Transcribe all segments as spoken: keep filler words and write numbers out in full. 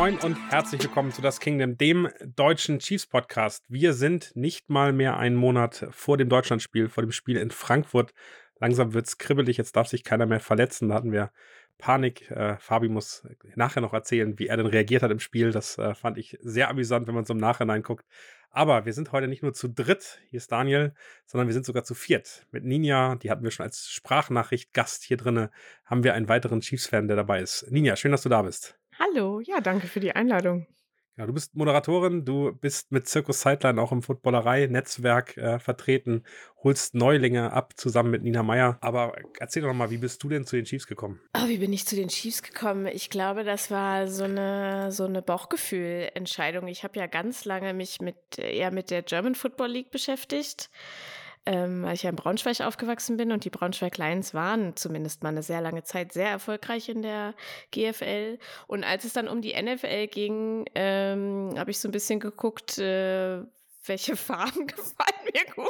moin und herzlich willkommen zu Das Kingdom, dem deutschen Chiefs-Podcast. Wir sind nicht mal mehr einen Monat vor dem Deutschlandspiel, vor dem Spiel in Frankfurt. Langsam wird es kribbelig, jetzt darf sich keiner mehr verletzen. Da hatten wir Panik. Äh, Fabi muss nachher noch erzählen, wie er denn reagiert hat im Spiel. Das äh, fand ich sehr amüsant, wenn man so im Nachhinein guckt. Aber wir sind heute nicht nur zu dritt, hier ist Daniel, sondern wir sind sogar zu viert. Mit Ninja, die hatten wir schon als Sprachnachricht Gast hier drinne, haben wir einen weiteren Chiefs-Fan, der dabei ist. Ninja, schön, dass du da bist. Hallo, ja, danke für die Einladung. Ja, du bist Moderatorin, du bist mit Circus Sideline auch im Footballerei-Netzwerk äh, vertreten, holst Neulinge ab zusammen mit Nina Meyer. Aber erzähl doch noch mal, wie bist du denn zu den Chiefs gekommen? Oh, wie bin ich zu den Chiefs gekommen? Ich glaube, das war so eine, so eine Bauchgefühl-Entscheidung. Ich habe ja ganz lange mich mit, eher mit der German Football League beschäftigt, ähm, weil ich ja in Braunschweig aufgewachsen bin und die Braunschweig Lions waren zumindest mal eine sehr lange Zeit sehr erfolgreich in der G F L. Und als es dann um die N F L ging, ähm, habe ich so ein bisschen geguckt, äh, welche Farben gefallen mir gut.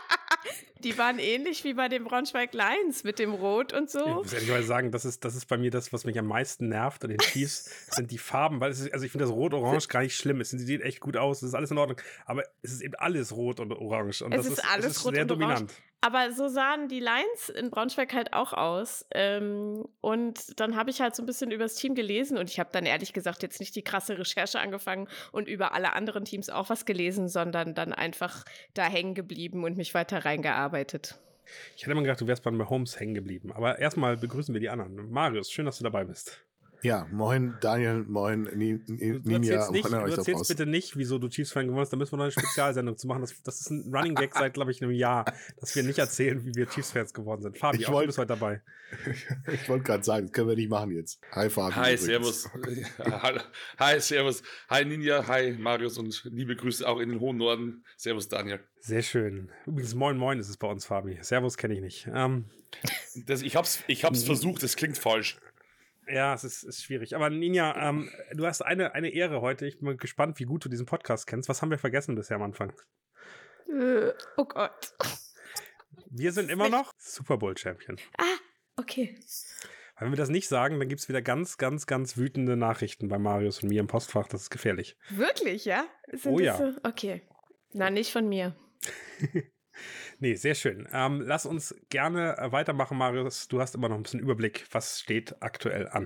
Die waren ähnlich wie bei den Braunschweig Lions mit dem Rot und Ich so. muss ehrlicherweise sagen, das ist, das ist bei mir das, was mich am meisten nervt an den Chiefs, sind die Farben, weil es ist, also ich finde das Rot-Orange gar nicht schlimm, es sieht echt gut aus, es ist alles in Ordnung, aber es ist eben alles rot und orange und Es das ist ist, alles es ist rot sehr und orange. dominant. Aber so sahen die Lions in Braunschweig halt auch aus. Ähm, und dann habe ich halt so ein bisschen über das Team gelesen und ich habe dann ehrlich gesagt jetzt nicht die krasse Recherche angefangen und über alle anderen Teams auch was gelesen, sondern dann einfach da hängen geblieben und mich weiter reingearbeitet. Ich hätte immer gedacht, du wärst bei Mahomes hängen geblieben, aber erstmal begrüßen wir die anderen. Marius, schön, dass du dabei bist. Ja, moin Daniel, moin Ni- Ni- Du, du Ninja, erzählst, nicht, moin an du euch da erzählst draußen. bitte nicht, wieso du Chiefs-Fan geworden bist. Da müssen wir noch eine Spezialsendung zu machen. Das, das ist ein Running Gag seit, glaube ich, einem Jahr, dass wir nicht erzählen, wie wir Chiefs-Fans geworden sind. Fabi, Ich auch du wollt- bist heute dabei. Ich wollte gerade sagen, das können wir nicht machen jetzt. Hi Fabi. Hi, übrigens. servus. Hallo. Hi, servus. Hi, Ninja. Hi, Marius und liebe Grüße auch in den hohen Norden. Servus, Daniel. Sehr schön. Übrigens, moin moin ist es bei uns, Fabi. Servus kenne ich nicht. Ähm, Das, ich hab's, ich hab's versucht, das klingt falsch. ja, es ist, ist schwierig. Aber Ninja, ähm, du hast eine, eine Ehre heute. Ich bin mal gespannt, wie gut du diesen Podcast kennst. Was haben wir vergessen bisher am Anfang? Äh, oh Gott. Wir sind immer noch Super Bowl-Champion. Ah, okay. Wenn wir das nicht sagen, dann gibt es wieder ganz, ganz, ganz wütende Nachrichten bei Marius und mir im Postfach. Das ist gefährlich. Wirklich, ja? Sind Oh das ja. So? Okay. Na, nicht von mir. Nee, sehr schön. Ähm, lass uns gerne äh, weitermachen, Marius. Du hast immer noch ein bisschen Überblick. Was steht aktuell an?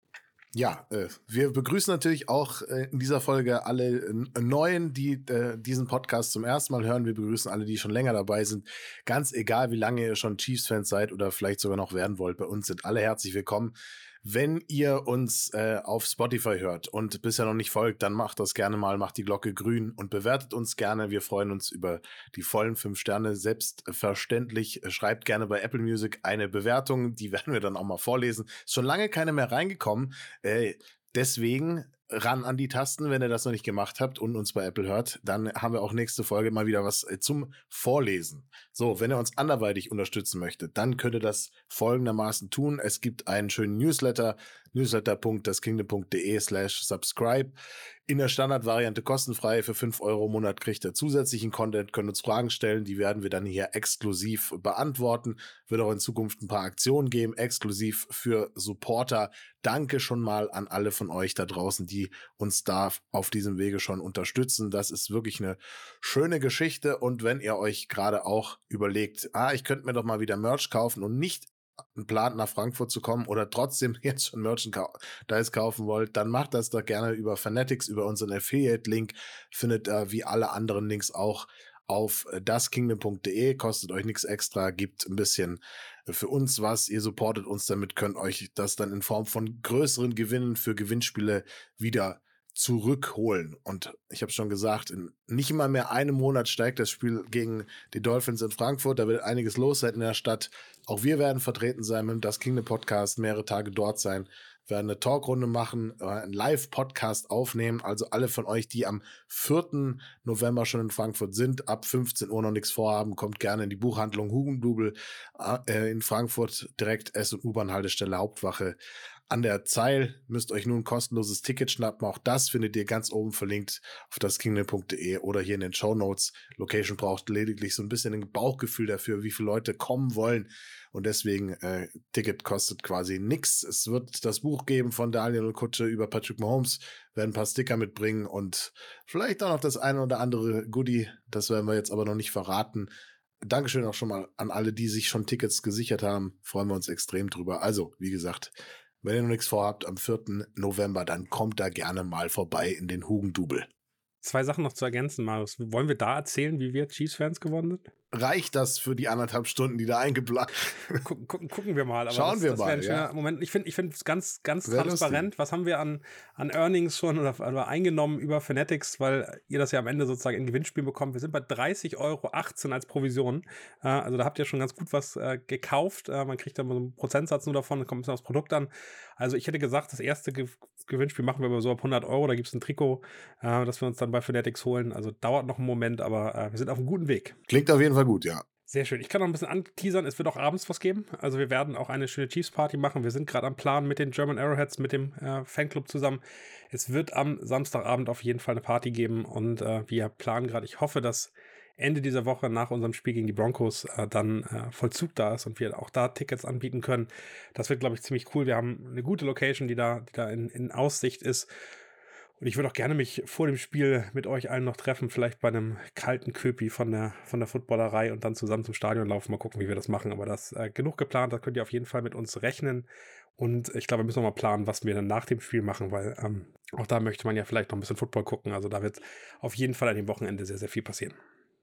Ja, äh, wir begrüßen natürlich auch äh, in dieser Folge alle äh, Neuen, die äh, diesen Podcast zum ersten Mal hören. Wir begrüßen alle, die schon länger dabei sind. Ganz egal, wie lange ihr schon Chiefs-Fans seid oder vielleicht sogar noch werden wollt, bei uns sind alle herzlich willkommen. Wenn ihr uns äh, auf Spotify hört und bisher noch nicht folgt, dann macht das gerne mal, macht die Glocke grün und bewertet uns gerne. Wir freuen uns über die vollen fünf Sterne. Selbstverständlich schreibt gerne bei Apple Music eine Bewertung, die werden wir dann auch mal vorlesen. Ist schon lange keine mehr reingekommen. Äh, deswegen ran an die Tasten, wenn ihr das noch nicht gemacht habt und uns bei Apple hört. Dann haben wir auch nächste Folge mal wieder was äh, zum Vorlesen. So, wenn ihr uns anderweitig unterstützen möchtet, dann könnt ihr das folgendermaßen tun. Es gibt einen schönen Newsletter, newsletter punkt das kingdom punkt de slash subscribe. In der Standardvariante kostenfrei für fünf Euro im Monat kriegt ihr zusätzlichen Content, könnt uns Fragen stellen, die werden wir dann hier exklusiv beantworten. Wird auch in Zukunft ein paar Aktionen geben, exklusiv für Supporter. Danke schon mal an alle von euch da draußen, die uns da auf diesem Wege schon unterstützen. Das ist wirklich eine schöne Geschichte und wenn ihr euch gerade auch überlegt, ah, ich könnte mir doch mal wieder Merch kaufen und nicht einen Plan nach Frankfurt zu kommen oder trotzdem jetzt schon Merchandise kaufen wollt, dann macht das doch gerne über Fanatics, über unseren Affiliate-Link. Findet äh, wie alle anderen Links auch auf das kingdom punkt de, kostet euch nichts extra, gibt ein bisschen für uns was, ihr supportet uns damit, könnt euch das dann in Form von größeren Gewinnen für Gewinnspiele wieder zurückholen. Und ich habe schon gesagt, in nicht immer mehr einem Monat steigt das Spiel gegen die Dolphins in Frankfurt. Da wird einiges los sein in der Stadt. Auch wir werden vertreten sein mit dem Das Kingdom Podcast, mehrere Tage dort sein, werden eine Talkrunde machen, einen Live-Podcast aufnehmen. Also alle von euch, die am vierten November schon in Frankfurt sind, ab fünfzehn Uhr noch nichts vorhaben, kommt gerne in die Buchhandlung Hugendubel äh, in Frankfurt, direkt S- und U-Bahn-Haltestelle Hauptwache an der Zeil, müsst euch nun ein kostenloses Ticket schnappen. Auch das findet ihr ganz oben verlinkt auf das kingdom punkt de oder hier in den Shownotes. Location braucht lediglich so ein bisschen ein Bauchgefühl dafür, wie viele Leute kommen wollen. Und deswegen, äh, Ticket kostet quasi nix. Es wird das Buch geben von Daniel Kutsche über Patrick Mahomes, werden ein paar Sticker mitbringen und vielleicht auch noch das eine oder andere Goodie. Das werden wir jetzt aber noch nicht verraten. Dankeschön auch schon mal an alle, die sich schon Tickets gesichert haben. Freuen wir uns extrem drüber. Also, wie gesagt, wenn ihr noch nichts vorhabt, am vierten November, dann kommt da gerne mal vorbei in den Hugendubel. Zwei Sachen noch zu ergänzen, Marius. Wollen wir da erzählen, wie wir Chiefs-Fans geworden sind? Reicht das für die anderthalb Stunden, die da eingeplant sind? Gucken, gucken, gucken wir mal. Aber Schauen das, wir das mal, ein schöner ja. Moment. Ich finde ich finde es ganz, ganz Sehr transparent. lustig. Was haben wir an, an Earnings schon oder, oder eingenommen über Fanatics, weil ihr das ja am Ende sozusagen in Gewinnspielen bekommt. Wir sind bei dreißig Euro achtzehn als Provision. Äh, also da habt ihr schon ganz gut was äh, gekauft. Äh, man kriegt dann so einen Prozentsatz nur davon, dann kommt ein bisschen aufs Produkt an. Also ich hätte gesagt, das erste Ge Gewinnspiel machen wir über so ab hundert Euro. Da gibt es ein Trikot, äh, das wir uns dann bei Fanatics holen. Also dauert noch einen Moment, aber äh, wir sind auf einem guten Weg. Klingt auf jeden Fall gut, ja. Sehr schön. Ich kann noch ein bisschen anteasern. Es wird auch abends was geben. Also wir werden auch eine schöne Chiefs-Party machen. Wir sind gerade am Plan mit den German Arrowheads, mit dem äh, Fanclub zusammen. Es wird am Samstagabend auf jeden Fall eine Party geben und äh, wir planen gerade, ich hoffe, dass Ende dieser Woche nach unserem Spiel gegen die Broncos äh, dann äh, Vollzug da ist und wir auch da Tickets anbieten können. Das wird, glaube ich, ziemlich cool. Wir haben eine gute Location, die da, die da in, in Aussicht ist. Und ich würde auch gerne mich vor dem Spiel mit euch allen noch treffen, vielleicht bei einem kalten Köpi von der, von der Footballerei und dann zusammen zum Stadion laufen. Mal gucken, wie wir das machen. Aber das ist äh, genug geplant, da könnt ihr auf jeden Fall mit uns rechnen. Und ich glaube, wir müssen noch mal planen, was wir dann nach dem Spiel machen, weil ähm, auch da möchte man ja vielleicht noch ein bisschen Football gucken. Also da wird auf jeden Fall an dem Wochenende sehr, sehr viel passieren.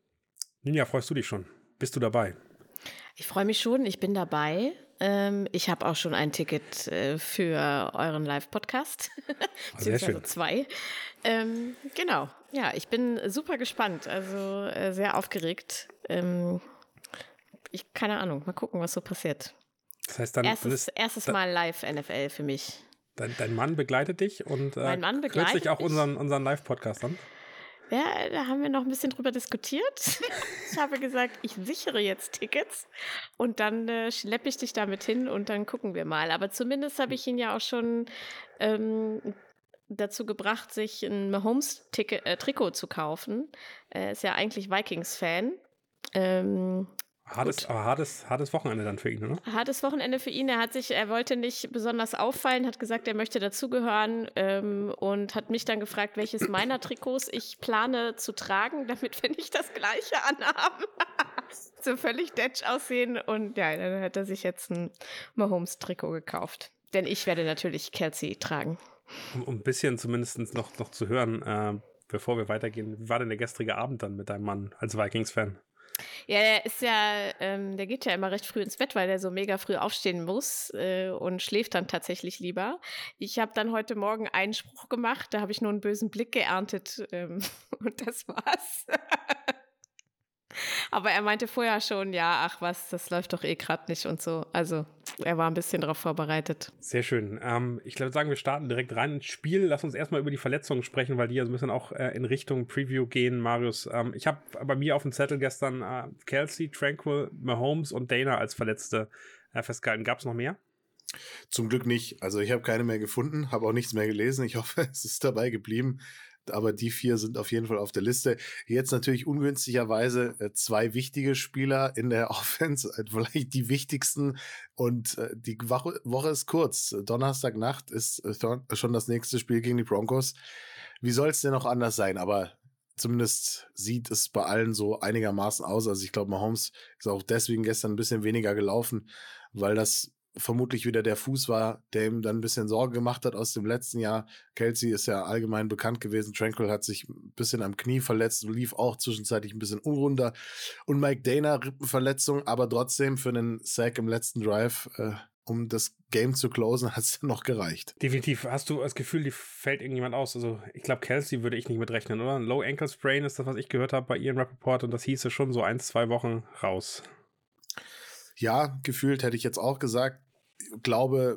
Ninja, freust du dich schon? Bist du dabei? Ich freue mich schon, ich bin dabei. Ähm, ich habe auch schon ein Ticket äh, für euren Live-Podcast. Beziehungsweise zwei. Ähm, genau, ja, ich bin super gespannt, also äh, sehr aufgeregt. Ähm, ich, keine Ahnung, mal gucken, was so passiert. Das heißt dann, erstes ist, erstes da, Mal Live-N F L für mich. Dein, dein Mann begleitet dich und äh, mein Mann begleitet kürzlich auch mich. unseren, unseren Live-Podcast an. Ja, da haben wir noch ein bisschen drüber diskutiert. Ich habe gesagt, ich sichere jetzt Tickets und dann äh, schleppe ich dich damit hin und dann gucken wir mal. Aber zumindest habe ich ihn ja auch schon ähm, dazu gebracht, sich ein Mahomes-Trikot äh, zu kaufen. Er ist ja eigentlich Vikings-Fan. Ähm, Hartes, aber hartes, hartes Wochenende dann für ihn, oder? Hartes Wochenende für ihn. Er hat sich, er wollte nicht besonders auffallen, hat gesagt, er möchte dazugehören ähm, und hat mich dann gefragt, welches meiner Trikots ich plane zu tragen, damit wir nicht das gleiche anhaben. So völlig detsch aussehen. Und ja, dann hat er sich jetzt ein Mahomes-Trikot gekauft. Denn ich werde natürlich Kelsey tragen. Um, um ein bisschen zumindest noch, noch zu hören, äh, bevor wir weitergehen, wie war denn der gestrige Abend dann mit deinem Mann als Vikings-Fan? Ja, der ist ja, ähm, der geht ja immer recht früh ins Bett, weil der so mega früh aufstehen muss äh, und schläft dann tatsächlich lieber. Ich habe dann heute Morgen einen Spruch gemacht, da habe ich nur einen bösen Blick geerntet ähm, und das war's. Aber er meinte vorher schon, ja, ach was, das läuft doch eh gerade nicht und so. Also er war ein bisschen darauf vorbereitet. Sehr schön. Ähm, ich glaube, sagen wir starten direkt rein ins Spiel. Lass uns erstmal über die Verletzungen sprechen, weil die ja so ein bisschen auch äh, in Richtung Preview gehen, Marius. Ähm, ich habe bei mir auf dem Zettel gestern äh, Kelsey, Tranquil, Mahomes und Dana als Verletzte äh, festgehalten. Gab es noch mehr? Zum Glück nicht. Also ich habe keine mehr gefunden, habe auch nichts mehr gelesen. Ich hoffe, es ist dabei geblieben. Aber die vier sind auf jeden Fall auf der Liste. Jetzt natürlich ungünstigerweise äh, zwei wichtige Spieler in der Offense, äh, vielleicht die wichtigsten. Und äh, die Woche, Woche ist kurz. Donnerstagnacht ist äh, schon das nächste Spiel gegen die Broncos. Wie soll es denn noch anders sein? Aber zumindest sieht es bei allen so einigermaßen aus. Also ich glaube, Mahomes ist auch deswegen gestern ein bisschen weniger gelaufen, weil das vermutlich wieder der Fuß war, der ihm dann ein bisschen Sorge gemacht hat aus dem letzten Jahr. Kelsey ist ja allgemein bekannt gewesen. Tranquil hat sich ein bisschen am Knie verletzt und lief auch zwischenzeitlich ein bisschen unrunder. Und Mike Dana, Rippenverletzung, aber trotzdem für einen Sack im letzten Drive, äh, um das Game zu closen, hat es noch gereicht. Definitiv. Hast du das Gefühl, die fällt irgendjemand aus? Also ich glaube, Kelsey würde ich nicht mitrechnen, oder? Ein Low Ankle Sprain ist das, was ich gehört habe bei Ian Rappaport und das hieße schon so ein, zwei Wochen raus. Ja, gefühlt hätte ich jetzt auch gesagt, ich glaube,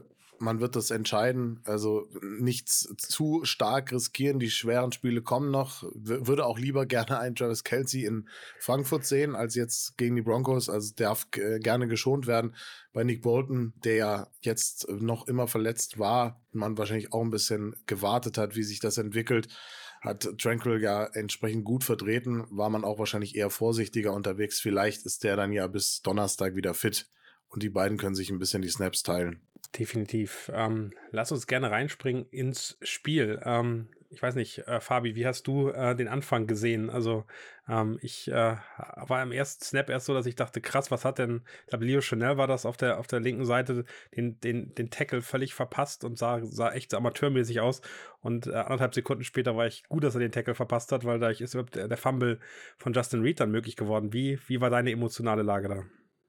man wird das entscheiden. Also nichts zu stark riskieren. Die schweren Spiele kommen noch. W- würde auch lieber gerne einen Travis Kelce in Frankfurt sehen, als jetzt gegen die Broncos. Also der darf äh, gerne geschont werden. Bei Nick Bolton, der ja jetzt noch immer verletzt war, man wahrscheinlich auch ein bisschen gewartet hat, wie sich das entwickelt, hat Tranquil ja entsprechend gut vertreten, war man auch wahrscheinlich eher vorsichtiger unterwegs. Vielleicht ist der dann ja bis Donnerstag wieder fit und die beiden können sich ein bisschen die Snaps teilen. Definitiv. Ähm, lass uns gerne reinspringen ins Spiel. Ähm, ich weiß nicht, äh, Fabi, wie hast du äh, den Anfang gesehen? Also ähm, ich äh, war im ersten Snap erst so, dass ich dachte, krass, was hat denn, ich glaube, Leo Chanel war das auf der, auf der linken Seite, den, den, den Tackle völlig verpasst und sah, sah echt so amateurmäßig aus. Und äh, anderthalb Sekunden später war ich gut, dass er den Tackle verpasst hat, weil da ist überhaupt der, der Fumble von Justin Reed dann möglich geworden. Wie, wie war deine emotionale Lage da?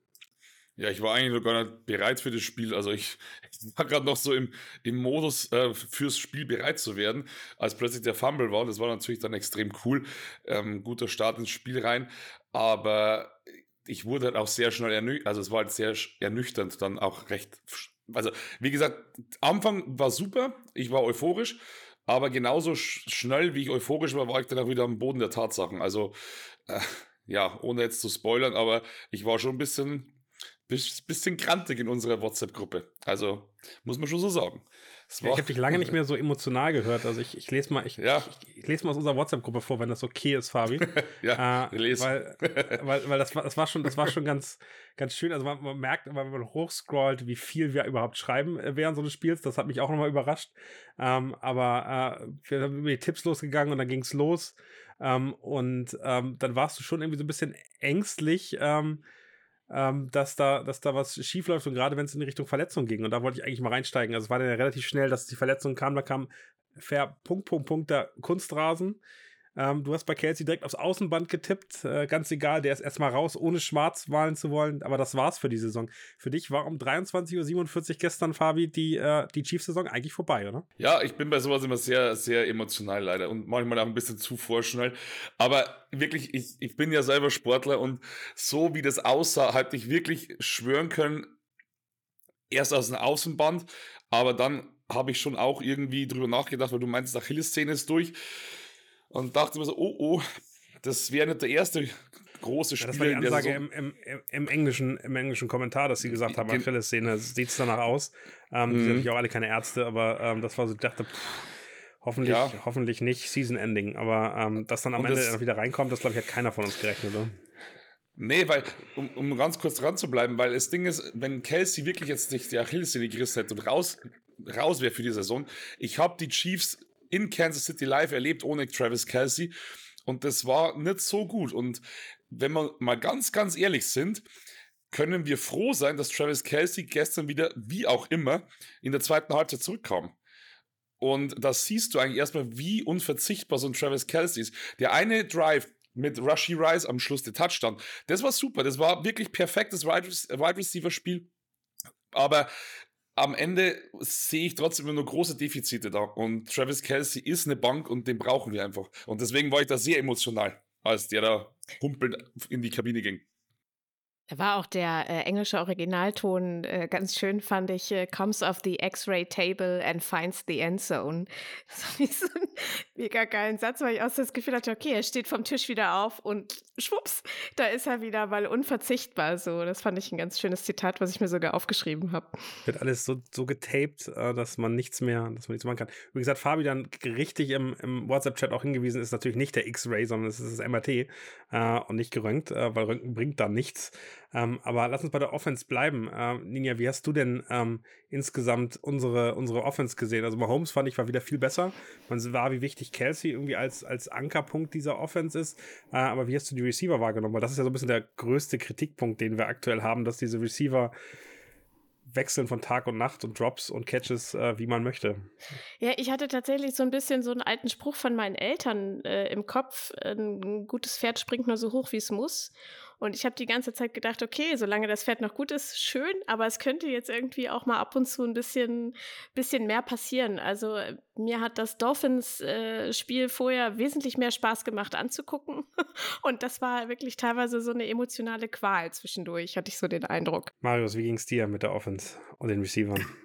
Ja, ich war eigentlich noch gar nicht bereit für das Spiel. Also ich, ich war gerade noch so im, im Modus, äh, fürs Spiel bereit zu werden, als plötzlich der Fumble war. Das war natürlich dann extrem cool. Ähm, guter Start ins Spiel rein. Aber ich wurde halt auch sehr schnell ernüchtert. Also es war halt sehr ernüchternd, dann auch recht. Also wie gesagt, Anfang war super. Ich war euphorisch. Aber genauso sch- schnell, wie ich euphorisch war, war ich dann auch wieder am Boden der Tatsachen. Also äh, ja, ohne jetzt zu spoilern, aber ich war schon ein bisschen... bisschen grantig in unserer WhatsApp-Gruppe. Also, muss man schon so sagen. Ja, ich habe dich lange nicht mehr so emotional gehört. Also ich, ich lese mal, ich, ja. ich, ich lese mal aus unserer WhatsApp-Gruppe vor, wenn das okay ist, Fabi. ja, äh, lese. Weil, weil, weil das war, das war schon, das war schon ganz, ganz schön. Also man, man merkt, wenn man hochscrollt, wie viel wir überhaupt schreiben während so eines Spiels. Das hat mich auch nochmal überrascht. Ähm, aber äh, wir sind über die Tipps losgegangen und dann ging es los. Ähm, und ähm, dann warst du schon irgendwie so ein bisschen ängstlich, ähm, Ähm, dass da, dass da was schief läuft und gerade wenn es in die Richtung Verletzung ging. Und da wollte ich eigentlich mal reinsteigen. Also es war dann ja relativ schnell, dass die Verletzung kam. Da kam fair Punkt, Punkt, Punkt, der Kunstrasen. Ähm, du hast bei Kelce direkt aufs Außenband getippt. Äh, ganz egal, der ist erstmal raus, ohne schwarz malen zu wollen. Aber das war's für die Saison. Für dich war um dreiundzwanzig Uhr siebenundvierzig gestern, Fabi, die, äh, die Chiefs-Saison eigentlich vorbei, oder? Ja, ich bin bei sowas immer sehr, sehr emotional leider und manchmal auch ein bisschen zu vorschnell. Aber wirklich, ich, ich bin ja selber Sportler und so wie das aussah, hatte ich wirklich schwören können, erst aus dem Außenband, aber dann habe ich schon auch irgendwie drüber nachgedacht, weil du meinst, Achillessehne ist durch und dachte mir so, oh, oh, das wäre nicht der erste große Spiel. Ja, das war die Ansage im, im, im, englischen, im englischen Kommentar, dass sie gesagt haben, Achillessehne, sieht es danach aus. Ähm, mhm. Die sind natürlich auch alle keine Ärzte, aber ähm, das war so, ich dachte, pff, hoffentlich, ja. hoffentlich nicht Season-Ending. Aber ähm, dass dann am und Ende das, wieder reinkommt, das glaube ich, hat keiner von uns gerechnet, oder? Nee, weil, um, um ganz kurz dran zu bleiben, weil das Ding ist, wenn Kelce wirklich jetzt nicht die Achillessehne gerissen hätte und raus, raus wäre für die Saison, ich habe die Chiefs in Kansas City live erlebt ohne Travis Kelce und das war nicht so gut. Und wenn wir mal ganz, ganz ehrlich sind, können wir froh sein, dass Travis Kelce gestern wieder, wie auch immer, in der zweiten Halbzeit zurückkam. Und da siehst du eigentlich erstmal, wie unverzichtbar so ein Travis Kelce ist. Der eine Drive mit Rashee Rice am Schluss, der Touchdown, das war super. Das war wirklich perfektes Wide Receiver-Spiel. Aber am Ende sehe ich trotzdem immer nur große Defizite da. Und Travis Kelce ist eine Bank und den brauchen wir einfach. Und deswegen war ich da sehr emotional, als der da humpelnd in die Kabine ging. Da war auch der äh, englische Originalton äh, ganz schön, fand ich, äh, comes off the X-Ray table and finds the end zone. Das war wie so ein mega geilen Satz, weil ich auch so das Gefühl hatte, okay, er steht vom Tisch wieder auf und schwupps, da ist er wieder, weil unverzichtbar so. Das fand ich ein ganz schönes Zitat, was ich mir sogar aufgeschrieben habe. Wird alles so, so getaped, äh, dass man nichts mehr, dass man nichts machen kann. Wie gesagt, Fabi dann richtig im, im WhatsApp-Chat auch hingewiesen, ist natürlich nicht der X-Ray, sondern es ist das M R T äh, und nicht geröntgt, äh, weil Röntgen bringt dann nichts. Ähm, aber lass uns bei der Offense bleiben. Äh, Ninja, wie hast du denn ähm, insgesamt unsere, unsere Offense gesehen? Also Mahomes fand ich war wieder viel besser. Man war, wie wichtig Kelce irgendwie als, als Ankerpunkt dieser Offense ist. Äh, aber wie hast du die Receiver wahrgenommen? Weil das ist ja so ein bisschen der größte Kritikpunkt, den wir aktuell haben, dass diese Receiver wechseln von Tag und Nacht und Drops und Catches, äh, wie man möchte. Ja, ich hatte tatsächlich so ein bisschen so einen alten Spruch von meinen Eltern äh, im Kopf. Ein gutes Pferd springt nur so hoch, wie es muss. Und ich habe die ganze Zeit gedacht, okay, solange das Pferd noch gut ist, schön, aber es könnte jetzt irgendwie auch mal ab und zu ein bisschen, bisschen mehr passieren. Also mir hat das Dolphins-Spiel äh, vorher wesentlich mehr Spaß gemacht anzugucken. Und das war wirklich teilweise so eine emotionale Qual zwischendurch, hatte ich so den Eindruck. Marius, wie ging es dir mit der Offense und den Receivern?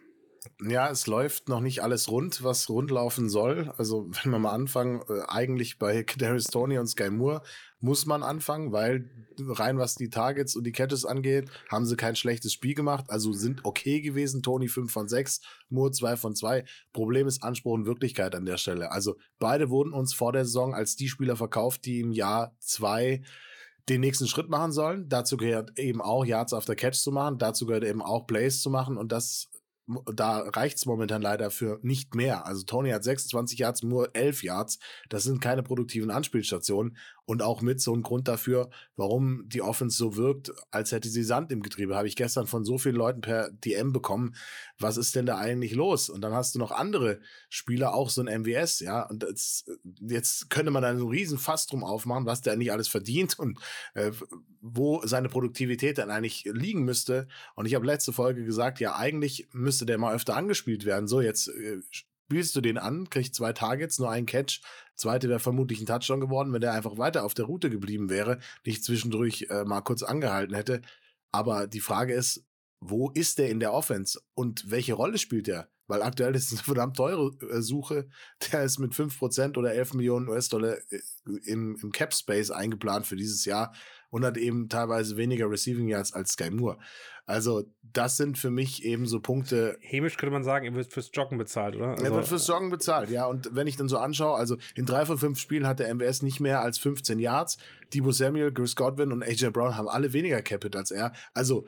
Ja, es läuft noch nicht alles rund, was rundlaufen soll. Also wenn wir mal anfangen, äh, eigentlich bei Kadarius Toney und Sky Moore muss man anfangen, weil rein was die Targets und die Catches angeht, haben sie kein schlechtes Spiel gemacht, also sind okay gewesen. Toney fünf von sechs, Moore zwei von zwei. Problem ist Anspruch und Wirklichkeit an der Stelle. Also beide wurden uns vor der Saison als die Spieler verkauft, die im Jahr zwei den nächsten Schritt machen sollen. Dazu gehört eben auch Yards after Catch zu machen, dazu gehört eben auch Plays zu machen und das da reicht's momentan leider für nicht mehr. Also Toney hat sechsundzwanzig Yards, Moore elf Yards. Das sind keine produktiven Anspielstationen und auch mit so einem Grund dafür, warum die Offense so wirkt, als hätte sie Sand im Getriebe. Habe ich gestern von so vielen Leuten per D M bekommen. Was ist denn da eigentlich los? Und dann hast du noch andere Spieler, auch so ein M V S, ja. Und das, jetzt könnte man da einen riesen Fass drum aufmachen, was der nicht alles verdient und äh, wo seine Produktivität dann eigentlich liegen müsste. Und ich habe letzte Folge gesagt, ja, eigentlich müsste der mal öfter angespielt werden. So, jetzt äh, spielst du den an, kriegst zwei Targets, nur einen Catch. Zweite wäre vermutlich ein Touchdown geworden, wenn der einfach weiter auf der Route geblieben wäre, nicht zwischendurch äh, mal kurz angehalten hätte. Aber die Frage ist, wo ist der in der Offense und welche Rolle spielt der? Weil aktuell ist es eine verdammt teure äh, Suche. Der ist mit fünf Prozent oder elf Millionen U S-Dollar äh, im, im Cap-Space eingeplant für dieses Jahr und hat eben teilweise weniger Receiving Yards als Sky Moore. Also das sind für mich eben so Punkte. Hämisch könnte man sagen, er wird fürs Joggen bezahlt, oder? Also er wird fürs Joggen bezahlt, ja. Und wenn ich dann so anschaue, also in drei von fünf Spielen hat der M W S nicht mehr als fünfzehn Yards. Deebo Samuel, Chris Godwin und A J Brown haben alle weniger Capit als er. Also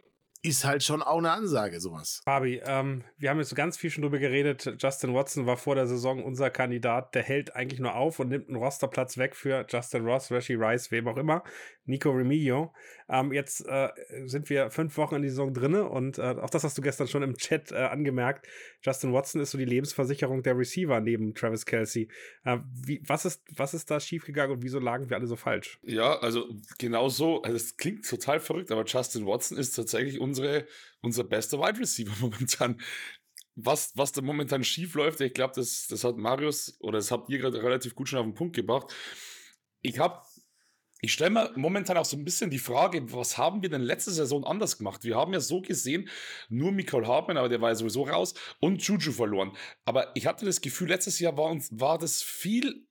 ist halt schon auch eine Ansage, sowas. Fabi, ähm, wir haben jetzt ganz viel schon drüber geredet. Justin Watson war vor der Saison unser Kandidat. Der hält eigentlich nur auf und nimmt einen Rosterplatz weg für Justin Ross, Rashee Rice, wem auch immer. Nico Remigio. Ähm, jetzt äh, sind wir fünf Wochen in die Saison drinne und äh, auch das hast du gestern schon im Chat äh, angemerkt. Justin Watson ist so die Lebensversicherung der Receiver neben Travis Kelce. Äh, wie, was ist, was ist da schiefgegangen und wieso lagen wir alle so falsch? Ja, also genau so. Also es klingt total verrückt, aber Justin Watson ist tatsächlich unsere, unser bester Wide Receiver momentan. Was, was da momentan schief läuft, ich glaube, das, das hat Marius oder das habt ihr gerade relativ gut schon auf den Punkt gebracht. Ich habe Ich stelle mir momentan auch so ein bisschen die Frage, was haben wir denn letzte Saison anders gemacht? Wir haben ja so gesehen nur Mecole Hardman, aber der war ja sowieso raus, und Juju verloren. Aber ich hatte das Gefühl, letztes Jahr war, uns, war das viel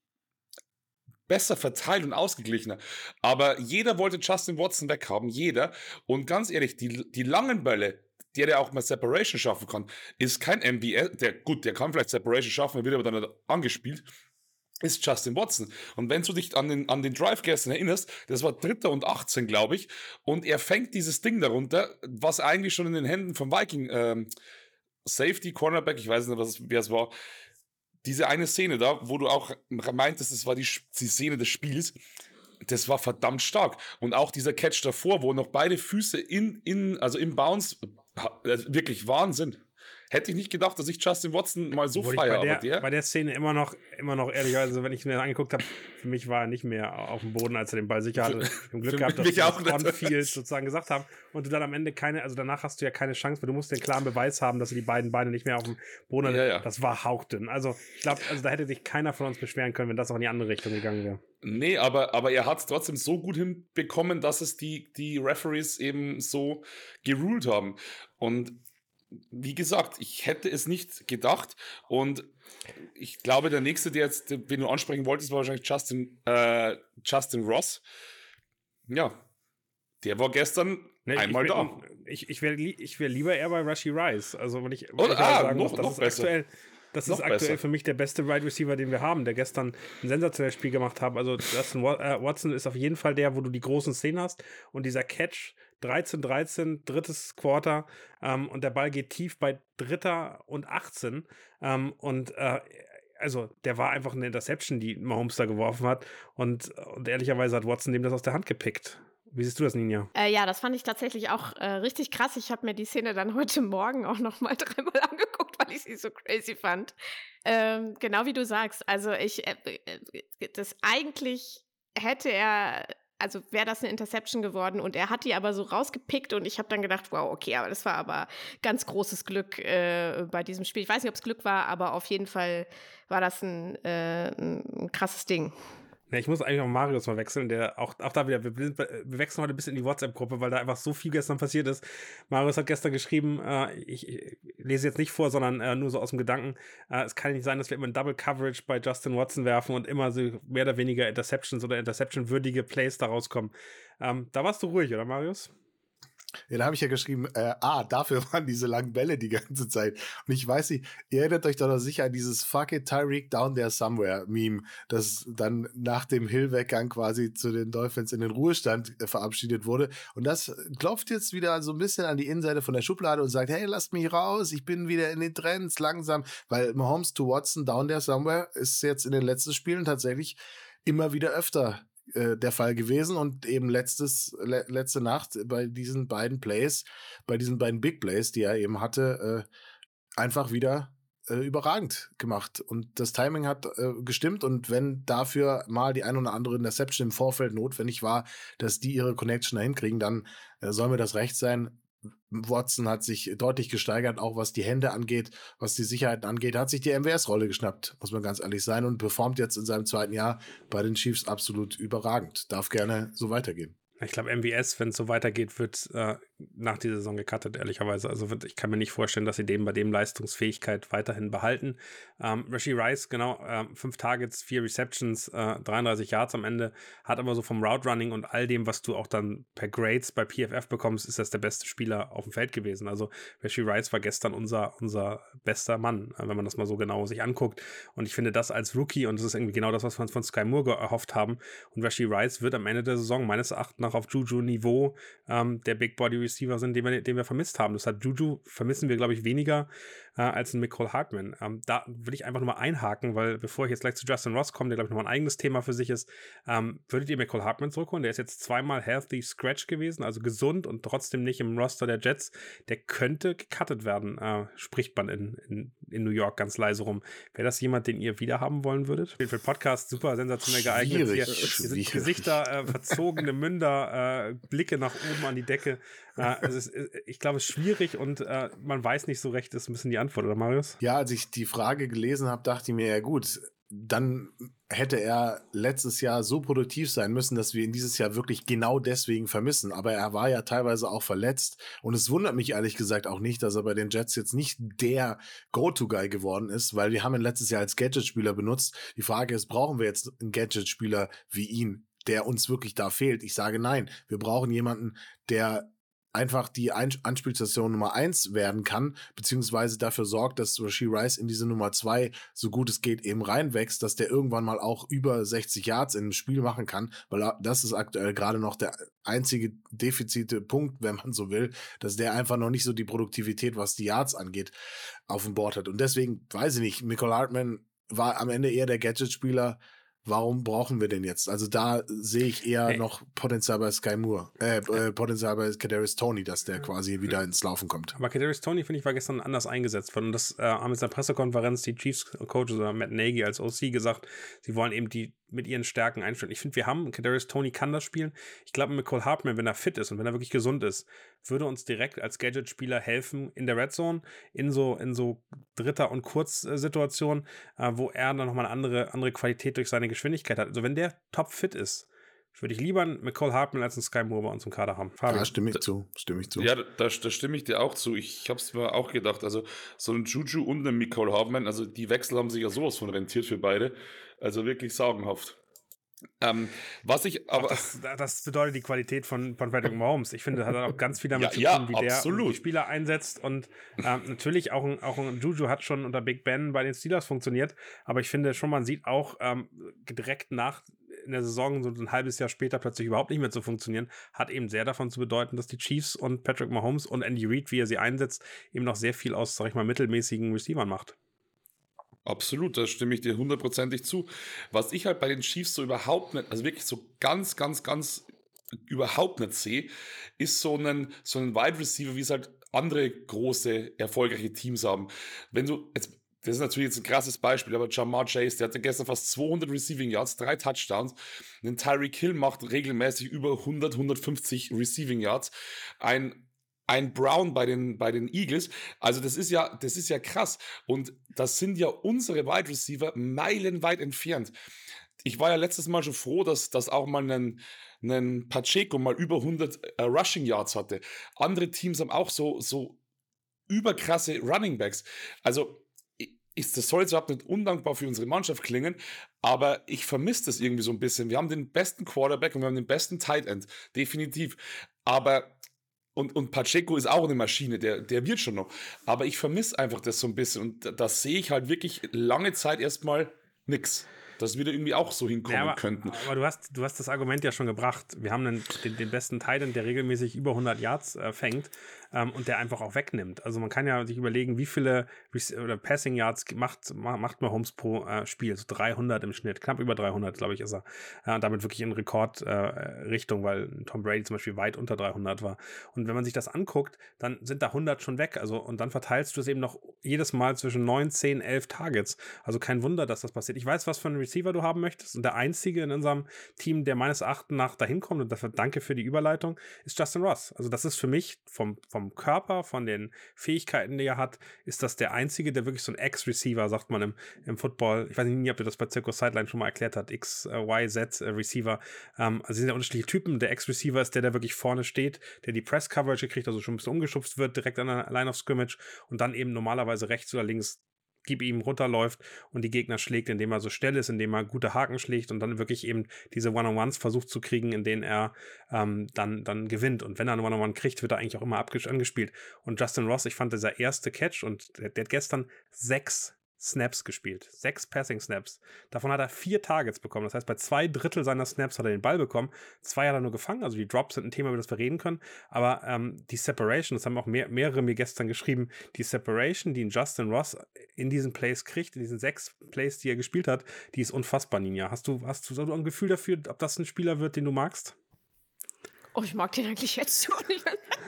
besser verteilt und ausgeglichener. Aber jeder wollte Justin Watson weghaben, jeder. Und ganz ehrlich, die, die langen Bälle, der der auch mal Separation schaffen kann, ist kein M B S, der gut, der kann vielleicht Separation schaffen, er wird aber dann nicht angespielt, ist Justin Watson. Und wenn du dich an den, an den Drive gestern erinnerst, das war dritter und achtzehn, glaube ich, und er fängt dieses Ding darunter, was eigentlich schon in den Händen vom Viking ähm, Safety, Cornerback, ich weiß nicht, was, wer es war, diese eine Szene da, wo du auch meintest, das war die, die Szene des Spiels, das war verdammt stark. Und auch dieser Catch davor, wo noch beide Füße in, in also im Bounce, wirklich Wahnsinn. Hätte ich nicht gedacht, dass ich Justin Watson mal so feiere. Bei der, aber der bei der Szene immer noch, immer noch ehrlich, also wenn ich mir angeguckt habe, für mich war er nicht mehr auf dem Boden, als er den Ball sicher hatte. Im Glück gehabt, dass wir das On-Field sozusagen gesagt haben. Und du dann am Ende keine, also danach hast du ja keine Chance, weil du musst den klaren Beweis haben, dass du die beiden Beine nicht mehr auf dem Boden hatten. Ja, ja. Das war hauchdünn. Also ich glaube, also da hätte sich keiner von uns beschweren können, wenn das auch in die andere Richtung gegangen wäre. Nee, aber, aber er hat es trotzdem so gut hinbekommen, dass es die, die Referees eben so geruled haben. Und wie gesagt, ich hätte es nicht gedacht, und ich glaube, der nächste, der jetzt, den du ansprechen wolltest, war wahrscheinlich Justin, äh, Justin Ross. Ja, der war gestern nee, einmal ich, da. Ich, ich wäre ich wär lieber eher bei Rashee Rice. Also wenn ich, wenn oh, ich ah, sagen noch, muss, das noch ist besser. aktuell, das noch ist aktuell besser. für mich der beste Wide Receiver, den wir haben, der gestern ein sensationelles Spiel gemacht hat. Also Justin Watson ist auf jeden Fall der, wo du die großen Szenen hast, und dieser Catch dreizehn dreizehn, drittes Quarter, ähm, und der Ball geht tief bei dritter und achtzehn, ähm, und äh, also der war einfach eine Interception, die Mahomes da geworfen hat, und, und ehrlicherweise hat Watson dem das aus der Hand gepickt. Wie siehst du das, Ninja? Äh, ja, das fand ich tatsächlich auch äh, richtig krass. Ich habe mir die Szene dann heute Morgen auch noch mal dreimal angeguckt, weil ich sie so crazy fand. Ähm, genau wie du sagst. Also ich, äh, das eigentlich hätte er, also wäre das eine Interception geworden, und er hat die aber so rausgepickt, und ich habe dann gedacht, wow, okay, aber das war aber ganz großes Glück äh, bei diesem Spiel. Ich weiß nicht, ob es Glück war, aber auf jeden Fall war das ein, äh, ein krasses Ding. Ja, ich muss eigentlich auch Marius mal wechseln, der auch, auch da wieder, wir, wir wechseln heute ein bisschen in die WhatsApp-Gruppe, weil da einfach so viel gestern passiert ist. Marius hat gestern geschrieben, äh, ich, ich lese jetzt nicht vor, sondern äh, nur so aus dem Gedanken, äh, es kann nicht sein, dass wir immer ein Double Coverage bei Justin Watson werfen und immer so mehr oder weniger Interceptions oder Interception-würdige Plays da rauskommen. Ähm, da warst du ruhig, oder Marius? Ja, da habe ich ja geschrieben, äh, ah, dafür waren diese langen Bälle die ganze Zeit. Und ich weiß nicht, ihr erinnert euch doch noch sicher an dieses Fuck it, Tyreek down there somewhere Meme, das dann nach dem Hill-Weggang quasi zu den Dolphins in den Ruhestand äh, verabschiedet wurde. Und das klopft jetzt wieder so ein bisschen an die Innenseite von der Schublade und sagt, hey, lasst mich raus, ich bin wieder in den Trends langsam, weil Mahomes to Watson down there somewhere ist jetzt in den letzten Spielen tatsächlich immer wieder öfter der Fall gewesen und eben letztes, le- letzte Nacht bei diesen beiden Plays, bei diesen beiden Big Plays, die er eben hatte, äh, einfach wieder äh, überragend gemacht. Und das Timing hat äh, gestimmt und wenn dafür mal die ein oder andere Interception im Vorfeld notwendig war, dass die ihre Connection da hinkriegen, dann äh, soll mir das recht sein. Watson hat sich deutlich gesteigert, auch was die Hände angeht, was die Sicherheiten angeht, hat sich die M W S-Rolle geschnappt, muss man ganz ehrlich sein, und performt jetzt in seinem zweiten Jahr bei den Chiefs absolut überragend. Darf gerne so weitergehen. Ich glaube, M W S, wenn es so weitergeht, wird äh, nach dieser Saison gecuttet, ehrlicherweise. Also wird, ich kann mir nicht vorstellen, dass sie dem bei dem Leistungsfähigkeit weiterhin behalten. Ähm, Rashee Rice, genau, äh, fünf Targets, vier Receptions, äh, dreiunddreißig Yards am Ende, hat aber so vom Route Running und all dem, was du auch dann per Grades bei P F F bekommst, ist das der beste Spieler auf dem Feld gewesen. Also Rashee Rice war gestern unser, unser bester Mann, äh, wenn man das mal so genau sich anguckt. Und ich finde das als Rookie, und das ist irgendwie genau das, was wir uns von Sky Moore erhofft haben. Und Rashee Rice wird am Ende der Saison meines Erachtens auf Juju-Niveau ähm, der Big-Body-Receiver sind, den wir, den wir vermisst haben. Das hat Juju vermissen wir, glaube ich, weniger äh, als ein Mecole Hardman. Ähm, da will ich einfach nur mal einhaken, weil bevor ich jetzt gleich zu Justin Ross komme, der, glaube ich, nochmal ein eigenes Thema für sich ist, ähm, würdet ihr Mecole Hardman zurückholen? Der ist jetzt zweimal healthy scratch gewesen, also gesund und trotzdem nicht im Roster der Jets. Der könnte gecuttet werden, äh, spricht man in, in, in New York ganz leise rum. Wäre das jemand, den ihr wieder haben wollen würdet? Für den Podcast super sensationell geeignet. Hier, hier sind Gesichter, äh, verzogene Münder, äh, Blicke nach oben an die Decke. Äh, also es ist, ich glaube, es ist schwierig und äh, man weiß nicht so recht, ist ein bisschen die Antwort, oder Marius? Ja, als ich die Frage gelesen habe, dachte ich mir, ja gut, dann hätte er letztes Jahr so produktiv sein müssen, dass wir ihn dieses Jahr wirklich genau deswegen vermissen. Aber er war ja teilweise auch verletzt. Und es wundert mich ehrlich gesagt auch nicht, dass er bei den Jets jetzt nicht der Go-To-Guy geworden ist, weil wir haben ihn letztes Jahr als Gadget-Spieler benutzt. Die Frage ist, brauchen wir jetzt einen Gadget-Spieler wie ihn, der uns wirklich da fehlt? Ich sage nein. Wir brauchen jemanden, der einfach die Anspielstation Nummer eins werden kann, beziehungsweise dafür sorgt, dass Rashee Rice in diese Nummer zwei so gut es geht eben reinwächst, dass der irgendwann mal auch über sechzig Yards in einem Spiel machen kann, weil das ist aktuell gerade noch der einzige defizite Punkt, wenn man so will, dass der einfach noch nicht so die Produktivität, was die Yards angeht, auf dem Board hat. Und deswegen, weiß ich nicht, Mecole Hardman war am Ende eher der Gadget-Spieler. Warum brauchen wir den jetzt? Also da sehe ich eher hey. noch Potenzial bei Sky Moore, äh, äh, Potenzial bei Kadarius Toney, dass der quasi wieder ins Laufen kommt. Aber Kadarius Toney, finde ich, war gestern anders eingesetzt worden. Und das äh, haben jetzt in der Pressekonferenz die Chiefs-Coaches oder Matt Nagy als O C gesagt, sie wollen eben die mit ihren Stärken einstellen. Ich finde, wir haben, Kadarius Toney kann das spielen. Ich glaube, Mecole Hardman, wenn er fit ist und wenn er wirklich gesund ist, würde uns direkt als Gadget-Spieler helfen in der Red Zone, in so, in so Dritter- und Kurz-Situationen, äh, wo er dann nochmal eine andere, andere Qualität durch seine Geschwindigkeit hat. Also wenn der top fit ist, würde ich lieber einen Mecole Hardman als einen Sky Moore bei uns im Kader haben. Fabian. Ja, stimme ich da, zu, stimme ich zu. Ja, da, da stimme ich dir auch zu. Ich habe es mir auch gedacht, also so ein Juju und ein Mecole Hardman, also die Wechsel haben sich ja sowas von rentiert für beide. Also wirklich sagenhaft. Ähm, was ich aber. Das, das bedeutet die Qualität von, von Patrick Mahomes. Ich finde, das hat auch ganz viel damit ja, zu tun, ja, wie absolut. der die Spieler einsetzt. Und ähm, natürlich auch ein, auch ein Juju hat schon unter Big Ben bei den Steelers funktioniert. Aber ich finde schon, man sieht auch ähm, direkt nach in der Saison, so ein halbes Jahr später plötzlich überhaupt nicht mehr zu funktionieren, hat eben sehr davon zu bedeuten, dass die Chiefs und Patrick Mahomes und Andy Reid, wie er sie einsetzt, eben noch sehr viel aus, sag ich mal, mittelmäßigen Receivern macht. Absolut, da stimme ich dir hundertprozentig zu. Was ich halt bei den Chiefs so überhaupt nicht, also wirklich so ganz, ganz, ganz überhaupt nicht sehe, ist so ein, so ein Wide Receiver, wie es halt andere große, erfolgreiche Teams haben. Wenn du jetzt, das ist natürlich jetzt ein krasses Beispiel, aber Ja'Marr Chase, der hatte gestern fast zweihundert Receiving Yards, drei Touchdowns. Ein Tyreek Hill macht regelmäßig über hundert, hundertfünfzig Receiving Yards. Ein Ein Brown bei den, bei den Eagles. Also das ist ja, das ist ja krass. Und das sind ja unsere Wide Receiver meilenweit entfernt. ich war ja letztes Mal schon froh, dass, dass auch mal ein, ein Pacheco mal über hundert äh, Rushing Yards hatte. Andere Teams haben auch so, so überkrasse Running Backs. Also ist das soll jetzt überhaupt nicht undankbar für unsere Mannschaft klingen, aber ich vermisse das irgendwie so ein bisschen. Wir haben den besten Quarterback und wir haben den besten Tight End, definitiv. Aber und, und Pacheco ist auch eine Maschine, der, der wird schon noch. Aber ich vermisse einfach das so ein bisschen und da, da sehe ich halt wirklich lange Zeit erstmal nix. Dass wir da irgendwie auch so hinkommen ja, aber, könnten. Aber du hast, du hast das Argument ja schon gebracht. Wir haben einen, den, den besten Tight End, der regelmäßig über hundert Yards äh, fängt ähm, und der einfach auch wegnimmt. Also man kann ja sich überlegen, wie viele Rec- oder Passing Yards macht, macht Mahomes pro äh, Spiel. So dreihundert im Schnitt, knapp über dreihundert, glaube ich, ist er. Ja, und damit wirklich in Rekordrichtung, äh, weil Tom Brady zum Beispiel weit unter dreihundert war. Und wenn man sich das anguckt, dann sind da hundert schon weg. Also und dann verteilst du es eben noch jedes Mal zwischen neun, zehn, elf Targets. Also kein Wunder, dass das passiert. Ich weiß, was für ein Receiver du haben möchtest und der einzige in unserem Team, der meines Erachtens nach dahin kommt und dafür danke für die Überleitung, ist Justin Ross. Also das ist für mich vom, vom Körper, von den Fähigkeiten, die er hat, ist das der einzige, der wirklich so ein Ex-Receiver, sagt man im, im Football. Ich weiß nicht, ob ihr das bei Circus Sideline schon mal erklärt habt. X, Y, Z äh, Receiver. Ähm, also sind ja unterschiedliche Typen. Der Ex-Receiver ist der, der wirklich vorne steht, der die Press-Coverage kriegt, also schon ein bisschen umgeschubst wird, direkt an der Line of Scrimmage und dann eben normalerweise rechts oder links gib ihm runterläuft und die Gegner schlägt, indem er so schnell ist, indem er gute Haken schlägt und dann wirklich eben diese One-on-Ones versucht zu kriegen, in denen er ähm, dann, dann gewinnt. Und wenn er eine One-on-One kriegt, wird er eigentlich auch immer abges- angespielt. Und Justin Ross, ich fand dieser erste Catch und der, der hat gestern sechs Snaps gespielt. Sechs Passing-Snaps. Davon hat er vier Targets bekommen. Das heißt, bei zwei Drittel seiner Snaps hat er den Ball bekommen. Zwei hat er nur gefangen. Also die Drops sind ein Thema, über das wir reden können. Aber ähm, die Separation, das haben auch mehr, mehrere mir gestern geschrieben, die Separation, die Justin Ross in diesen Plays kriegt, in diesen sechs Plays, die er gespielt hat, die ist unfassbar, Ninja. Hast du, hast du so ein Gefühl dafür, ob das ein Spieler wird, den du magst? Oh, ich mag den eigentlich jetzt schon nicht.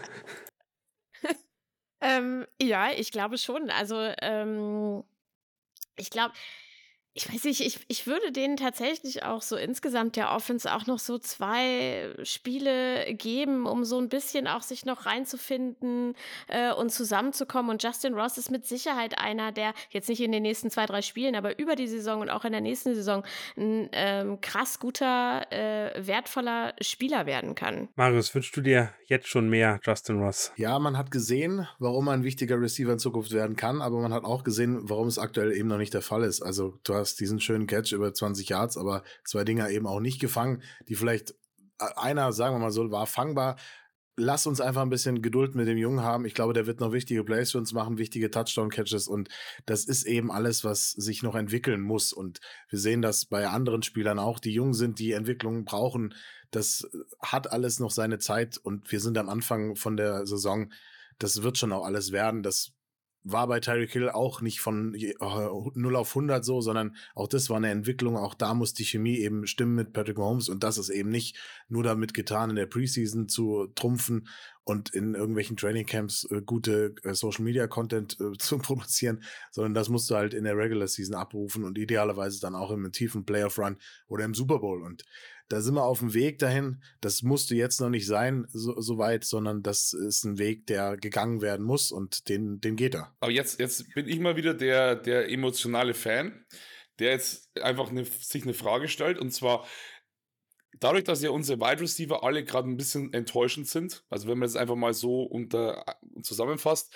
ähm, ja, ich glaube schon. Also, ähm, ich glaube, ich weiß nicht, ich, ich würde denen tatsächlich auch so insgesamt der Offense auch noch so zwei Spiele geben, um so ein bisschen auch sich noch reinzufinden äh, und zusammenzukommen. Und Justin Ross ist mit Sicherheit einer, der jetzt nicht in den nächsten zwei, drei Spielen, aber über die Saison und auch in der nächsten Saison ein ähm, krass guter, äh, wertvoller Spieler werden kann. Marius, wünschst du dir jetzt schon mehr Justin Ross? Ja, man hat gesehen, warum er ein wichtiger Receiver in Zukunft werden kann, aber man hat auch gesehen, warum es aktuell eben noch nicht der Fall ist. Also du hast diesen schönen Catch über zwanzig Yards, aber zwei Dinger eben auch nicht gefangen, die vielleicht, einer, sagen wir mal so, war fangbar. Lass uns einfach ein bisschen Geduld mit dem Jungen haben. Ich glaube, der wird noch wichtige Plays für uns machen, wichtige Touchdown-Catches und das ist eben alles, was sich noch entwickeln muss und wir sehen das bei anderen Spielern auch, die jung sind, die Entwicklung brauchen. Das hat alles noch seine Zeit und wir sind am Anfang von der Saison. Das wird schon auch alles werden. Das war bei Tyreek Hill auch nicht von null auf hundert so, sondern auch das war eine Entwicklung. Auch da muss die Chemie eben stimmen mit Patrick Mahomes und das ist eben nicht nur damit getan, in der Preseason zu trumpfen und in irgendwelchen Trainingcamps äh, gute äh, Social-Media-Content äh, zu produzieren, sondern das musst du halt in der Regular Season abrufen und idealerweise dann auch im tiefen Playoff-Run oder im Super Bowl und da sind wir auf dem Weg dahin. Das musste jetzt noch nicht sein, so, so weit, sondern das ist ein Weg, der gegangen werden muss und den, den geht er. Aber jetzt, jetzt bin ich mal wieder der, der emotionale Fan, der jetzt einfach eine, sich eine Frage stellt und zwar dadurch, dass ja unsere Wide Receiver alle gerade ein bisschen enttäuschend sind, also wenn man das einfach mal so unter, zusammenfasst,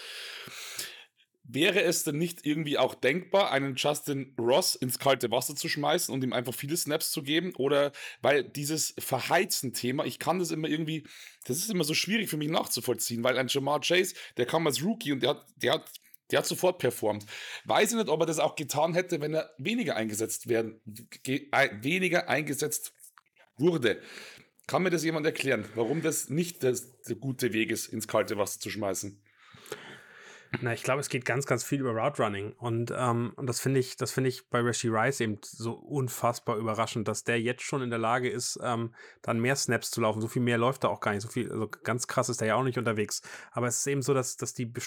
wäre es denn nicht irgendwie auch denkbar, einen Justin Ross ins kalte Wasser zu schmeißen und ihm einfach viele Snaps zu geben? Oder, weil dieses Verheizen-Thema, ich kann das immer irgendwie, das ist immer so schwierig für mich nachzuvollziehen, weil ein Jamar Chase, der kam als Rookie und der hat, der hat, der hat sofort performt. Weiß ich nicht, ob er das auch getan hätte, wenn er weniger eingesetzt werden, ge, ein, weniger eingesetzt wurde. Kann mir das jemand erklären, warum das nicht das, der gute Weg ist, ins kalte Wasser zu schmeißen? Na, ich glaube, es geht ganz, ganz viel über Route Running und, ähm, und das finde ich, das finde ich bei Rashee Rice eben so unfassbar überraschend, dass der jetzt schon in der Lage ist, ähm, dann mehr Snaps zu laufen. So viel mehr läuft er auch gar nicht. So viel, also ganz krass ist er ja auch nicht unterwegs. Aber es ist eben so, dass, dass die bestimmt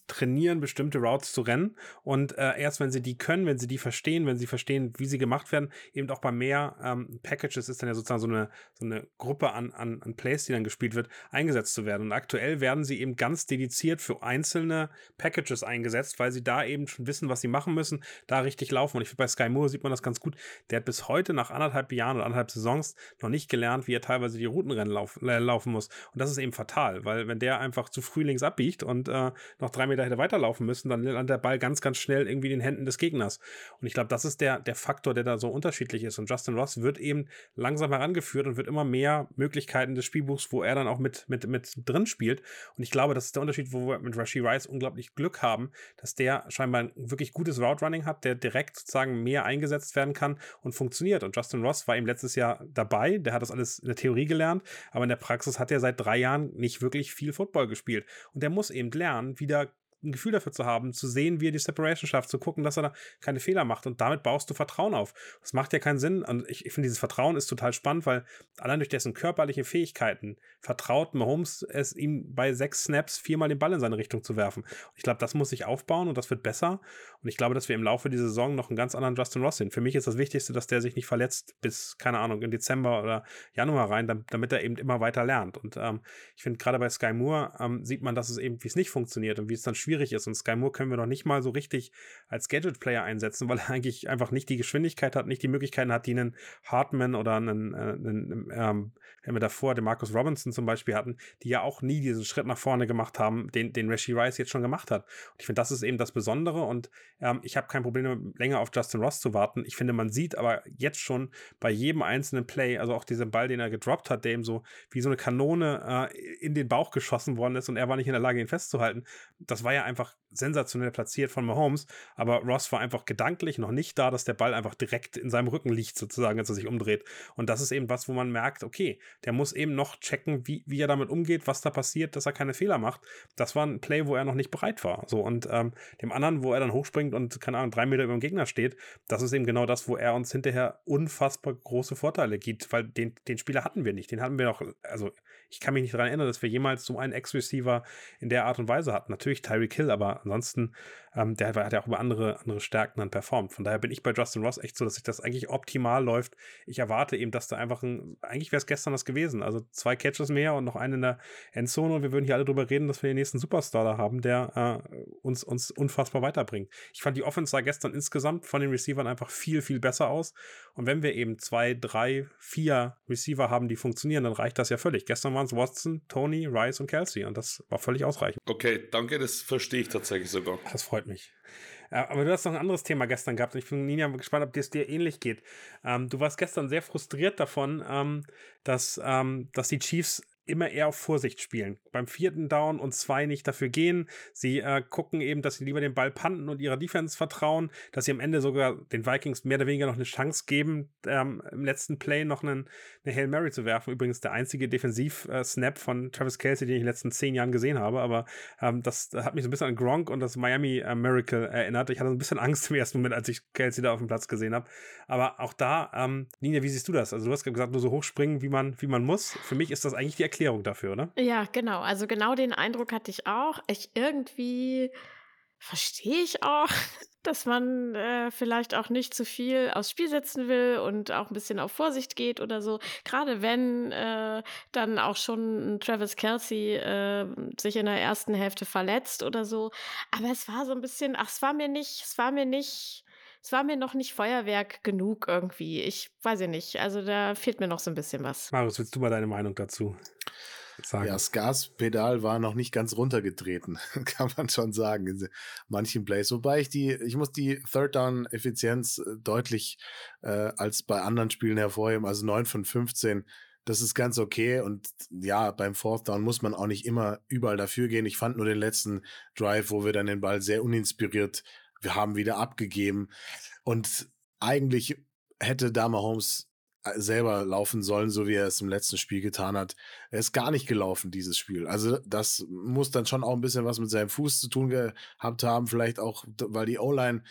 trainieren, bestimmte Routes zu rennen und äh, erst wenn sie die können, wenn sie die verstehen, wenn sie verstehen, wie sie gemacht werden, eben auch bei mehr ähm, Packages ist dann ja sozusagen so eine, so eine Gruppe an, an, an Plays, die dann gespielt wird, eingesetzt zu werden. Und aktuell werden sie eben ganz dediziert für einzelne Packages eingesetzt, weil sie da eben schon wissen, was sie machen müssen, da richtig laufen. Und ich finde, bei Sky Moore sieht man das ganz gut. Der hat bis heute nach anderthalb Jahren oder anderthalb Saisons noch nicht gelernt, wie er teilweise die Routenrennen lauf, äh, laufen muss. Und das ist eben fatal, weil wenn der einfach zu früh links abbiegt und äh, noch drei Meter hätte weiterlaufen müssen, dann landet der Ball ganz, ganz schnell irgendwie in den Händen des Gegners. Und ich glaube, das ist der, der Faktor, der da so unterschiedlich ist. Und Justin Ross wird eben langsam herangeführt und wird immer mehr Möglichkeiten des Spielbuchs, wo er dann auch mit, mit, mit drin spielt. Und ich glaube, das ist der Unterschied, wo wir mit Rashee Rice unglaublich Glück haben, dass der scheinbar ein wirklich gutes Route Running hat, der direkt sozusagen mehr eingesetzt werden kann und funktioniert. Und Justin Ross war ihm letztes Jahr dabei, der hat das alles in der Theorie gelernt, aber in der Praxis hat er seit drei Jahren nicht wirklich viel Football gespielt. Und der muss eben lernen, wieder ein Gefühl dafür zu haben, zu sehen, wie er die Separation schafft, zu gucken, dass er da keine Fehler macht und damit baust du Vertrauen auf. Das macht ja keinen Sinn und ich, ich finde, dieses Vertrauen ist total spannend, weil allein durch dessen körperliche Fähigkeiten vertraut Mahomes es ihm bei sechs Snaps viermal den Ball in seine Richtung zu werfen. Und ich glaube, das muss sich aufbauen und das wird besser und ich glaube, dass wir im Laufe dieser Saison noch einen ganz anderen Justin Ross sehen. Für mich ist das Wichtigste, dass der sich nicht verletzt bis, keine Ahnung, in Dezember oder Januar rein, damit, damit er eben immer weiter lernt und ähm, ich finde, gerade bei Sky Moore ähm, sieht man, dass es eben, wie es nicht funktioniert und wie es dann schwierig ist. Und Sky Moore können wir noch nicht mal so richtig als Gadget-Player einsetzen, weil er eigentlich einfach nicht die Geschwindigkeit hat, nicht die Möglichkeiten hat, die einen Hartman oder einen, äh, einen ähm, wenn wir davor den Marcus Robinson zum Beispiel hatten, die ja auch nie diesen Schritt nach vorne gemacht haben, den, den Rashee Rice jetzt schon gemacht hat. Und ich finde, das ist eben das Besondere und ähm, ich habe kein Problem damit, länger auf Justin Ross zu warten. Ich finde, man sieht aber jetzt schon bei jedem einzelnen Play, also auch diesen Ball, den er gedroppt hat, der ihm so wie so eine Kanone äh, in den Bauch geschossen worden ist und er war nicht in der Lage, ihn festzuhalten. Das war ja einfach sensationell platziert von Mahomes, aber Ross war einfach gedanklich noch nicht da, dass der Ball einfach direkt in seinem Rücken liegt, sozusagen, als er sich umdreht. Und das ist eben was, wo man merkt, okay, der muss eben noch checken, wie, wie er damit umgeht, was da passiert, dass er keine Fehler macht. Das war ein Play, wo er noch nicht bereit war. So, und ähm, dem anderen, wo er dann hochspringt und, keine Ahnung, drei Meter über dem Gegner steht, das ist eben genau das, wo er uns hinterher unfassbar große Vorteile gibt, weil den, den Spieler hatten wir nicht. Den hatten wir noch, also ich kann mich nicht daran erinnern, dass wir jemals so einen Ex-Receiver in der Art und Weise hatten. Natürlich Tyreek Hill, aber ansonsten, ähm, der hat ja auch über andere, andere Stärken dann performt. Von daher bin ich bei Justin Ross echt so, dass sich das eigentlich optimal läuft. Ich erwarte eben, dass da einfach ein, eigentlich wäre es gestern das gewesen, also zwei Catches mehr und noch einen in der Endzone und wir würden hier alle drüber reden, dass wir den nächsten Superstar da haben, der äh, uns, uns unfassbar weiterbringt. Ich fand, die Offense sah gestern insgesamt von den Receivern einfach viel, viel besser aus und wenn wir eben zwei, drei, vier Receiver haben, die funktionieren, dann reicht das ja völlig. Gestern waren es Watson, Tony, Rice und Kelsey und das war völlig ausreichend. Okay, danke, das verstehe ich tatsächlich sogar. Das freut mich. Aber du hast noch ein anderes Thema gestern gehabt und ich bin, Ninja, gespannt, ob es dir ähnlich geht. Ähm, du warst gestern sehr frustriert davon, ähm, dass, ähm, dass die Chiefs immer eher auf Vorsicht spielen. Beim vierten Down und zwei nicht dafür gehen. Sie äh, gucken eben, dass sie lieber den Ball punten und ihrer Defense vertrauen, dass sie am Ende sogar den Vikings mehr oder weniger noch eine Chance geben, ähm, im letzten Play noch einen, eine Hail Mary zu werfen. Übrigens der einzige Defensiv-Snap von Travis Kelce, den ich in den letzten zehn Jahren gesehen habe, aber ähm, das hat mich so ein bisschen an Gronk und das Miami äh, Miracle erinnert. Ich hatte so ein bisschen Angst im ersten Moment, als ich Kelce da auf dem Platz gesehen habe. Aber auch da, ähm, Nina, wie siehst du das? Also du hast gesagt, nur so hochspringen, wie man, wie man muss. Für mich ist das eigentlich die Erklärung dafür, oder? Ja, genau. Also genau den Eindruck hatte ich auch. Ich irgendwie verstehe ich auch, dass man äh, vielleicht auch nicht zu viel aufs Spiel setzen will und auch ein bisschen auf Vorsicht geht oder so. Gerade wenn äh, dann auch schon Travis Kelce äh, sich in der ersten Hälfte verletzt oder so. Aber es war so ein bisschen, ach, es war mir nicht, es war mir nicht, es war mir noch nicht Feuerwerk genug irgendwie. Ich weiß ja nicht. Also da fehlt mir noch so ein bisschen was. Marius, willst du mal deine Meinung dazu sagen? Ja, das Gaspedal war noch nicht ganz runtergetreten, kann man schon sagen, in manchen Plays. Wobei ich die, ich muss die Third-Down-Effizienz deutlich äh, als bei anderen Spielen hervorheben, also neun von fünfzehn. Das ist ganz okay und ja, beim Fourth Down muss man auch nicht immer überall dafür gehen. Ich fand nur den letzten Drive, wo wir dann den Ball sehr uninspiriert, wir haben wieder abgegeben und eigentlich hätte da Mahomes selber laufen sollen, so wie er es im letzten Spiel getan hat. Er ist gar nicht gelaufen, dieses Spiel. Also das muss dann schon auch ein bisschen was mit seinem Fuß zu tun gehabt haben, vielleicht auch, weil die O-Line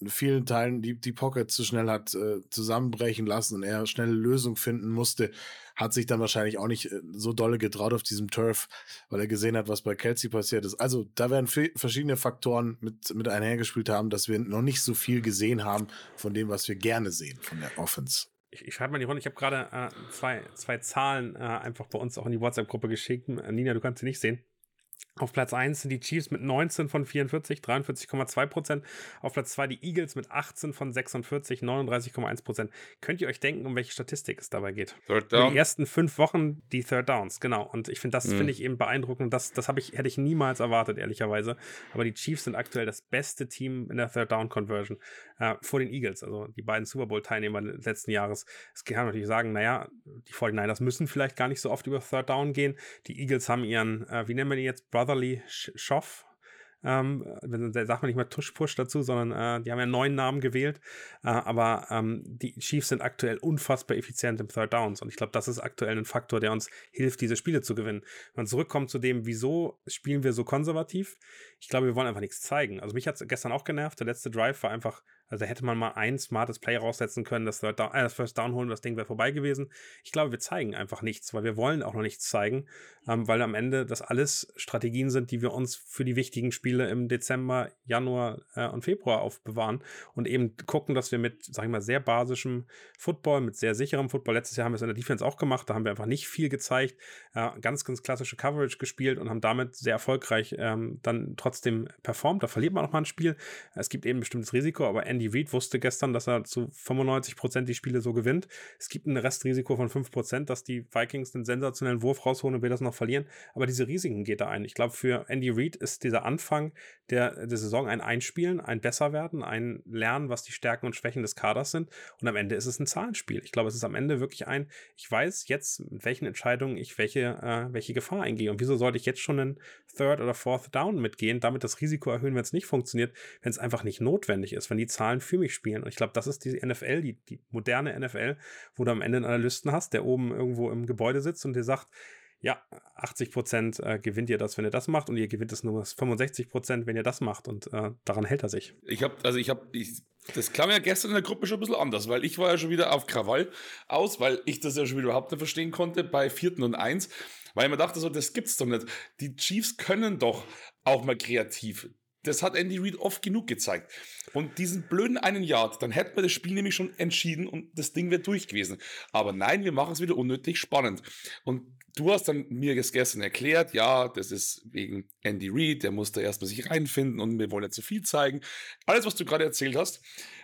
in vielen Teilen die, die Pocket zu schnell hat äh, zusammenbrechen lassen und er schnelle Lösung finden musste, hat sich dann wahrscheinlich auch nicht äh, so dolle getraut auf diesem Turf, weil er gesehen hat, was bei Kelsey passiert ist. Also da werden viel, verschiedene Faktoren mit, mit einhergespielt haben, dass wir noch nicht so viel gesehen haben von dem, was wir gerne sehen von der Offense. Ich, ich schreibe mal die Runde. Ich habe gerade äh, zwei, zwei Zahlen äh, einfach bei uns auch in die WhatsApp-Gruppe geschickt. Äh, Nina, du kannst sie nicht sehen. Auf Platz eins sind die Chiefs mit neunzehn von vierundvierzig, dreiundvierzig Komma zwei Prozent. Auf Platz zwei die Eagles mit achtzehn von sechsundvierzig, neununddreißig Komma eins Prozent. Könnt ihr euch denken, um welche Statistik es dabei geht? Third Down. Die ersten fünf Wochen die Third Downs, genau. Und ich finde, das Mhm. finde ich eben beeindruckend. Das, das habe ich, hätte ich niemals erwartet, ehrlicherweise. Aber die Chiefs sind aktuell das beste Team in der Third Down Conversion äh, vor den Eagles, also die beiden Super Bowl-Teilnehmer des letzten Jahres. Es kann man natürlich sagen, naja, die forty-niners müssen vielleicht gar nicht so oft über Third Down gehen. Die Eagles haben ihren, äh, wie nennen wir den jetzt, Brotherly Schoff. Ähm, da sagt man nicht mal Tush-Push dazu, sondern äh, die haben ja einen neuen Namen gewählt. Äh, aber ähm, die Chiefs sind aktuell unfassbar effizient im Third Downs. Und ich glaube, das ist aktuell ein Faktor, der uns hilft, diese Spiele zu gewinnen. Wenn man zurückkommt zu dem, wieso spielen wir so konservativ? Ich glaube, wir wollen einfach nichts zeigen. Also mich hat es gestern auch genervt. Der letzte Drive war einfach, also da hätte man mal ein smartes Play raussetzen können, das, Third Down, äh, das First Down holen, das Ding wäre vorbei gewesen. Ich glaube, wir zeigen einfach nichts, weil wir wollen auch noch nichts zeigen, ähm, weil am Ende das alles Strategien sind, die wir uns für die wichtigen Spiele im Dezember, Januar äh, und Februar aufbewahren und eben gucken, dass wir mit, sag ich mal, sehr basischem Football, mit sehr sicherem Football, letztes Jahr haben wir es in der Defense auch gemacht, da haben wir einfach nicht viel gezeigt, äh, ganz, ganz klassische Coverage gespielt und haben damit sehr erfolgreich ähm, dann trotzdem performt. Da verliert man auch mal ein Spiel. Es gibt eben ein bestimmtes Risiko, aber Andy Reid wusste gestern, dass er zu fünfundneunzig Prozent die Spiele so gewinnt. Es gibt ein Restrisiko von fünf Prozent, dass die Vikings einen sensationellen Wurf rausholen und wir das noch verlieren, aber diese Risiken geht da ein. Ich glaube, für Andy Reid ist dieser Anfang der, der Saison ein Einspielen, ein Besserwerden, ein Lernen, was die Stärken und Schwächen des Kaders sind und am Ende ist es ein Zahlenspiel. Ich glaube, es ist am Ende wirklich ein, ich weiß jetzt, mit welchen Entscheidungen ich welche, äh, welche Gefahr eingehe und wieso sollte ich jetzt schon einen Third oder Fourth Down mitgehen, damit das Risiko erhöhen, wenn es nicht funktioniert, wenn es einfach nicht notwendig ist, wenn die Zahlen für mich spielen und ich glaube, das ist die N F L, die, die moderne N F L, wo du am Ende einen Analysten hast, der oben irgendwo im Gebäude sitzt und dir sagt, ja, achtzig Prozent äh, gewinnt ihr das, wenn ihr das macht und ihr gewinnt es nur fünfundsechzig Prozent, wenn ihr das macht und äh, daran hält er sich. Ich habe, also ich habe, das klang ja gestern in der Gruppe schon ein bisschen anders, weil ich war ja schon wieder auf Krawall aus, weil ich das ja schon wieder überhaupt nicht verstehen konnte bei vierten und eins, weil ich mir dachte so, das gibt's doch nicht. Die Chiefs können doch auch mal kreativ. Das hat Andy Reid oft genug gezeigt. Und diesen blöden einen Yard, dann hätten wir das Spiel nämlich schon entschieden und das Ding wäre durch gewesen. Aber nein, wir machen es wieder unnötig spannend. Und du hast dann mir das gestern erklärt, ja, das ist wegen Andy Reid, der muss da erstmal sich reinfinden und wir wollen nicht zu viel zeigen. Alles, was du gerade erzählt hast.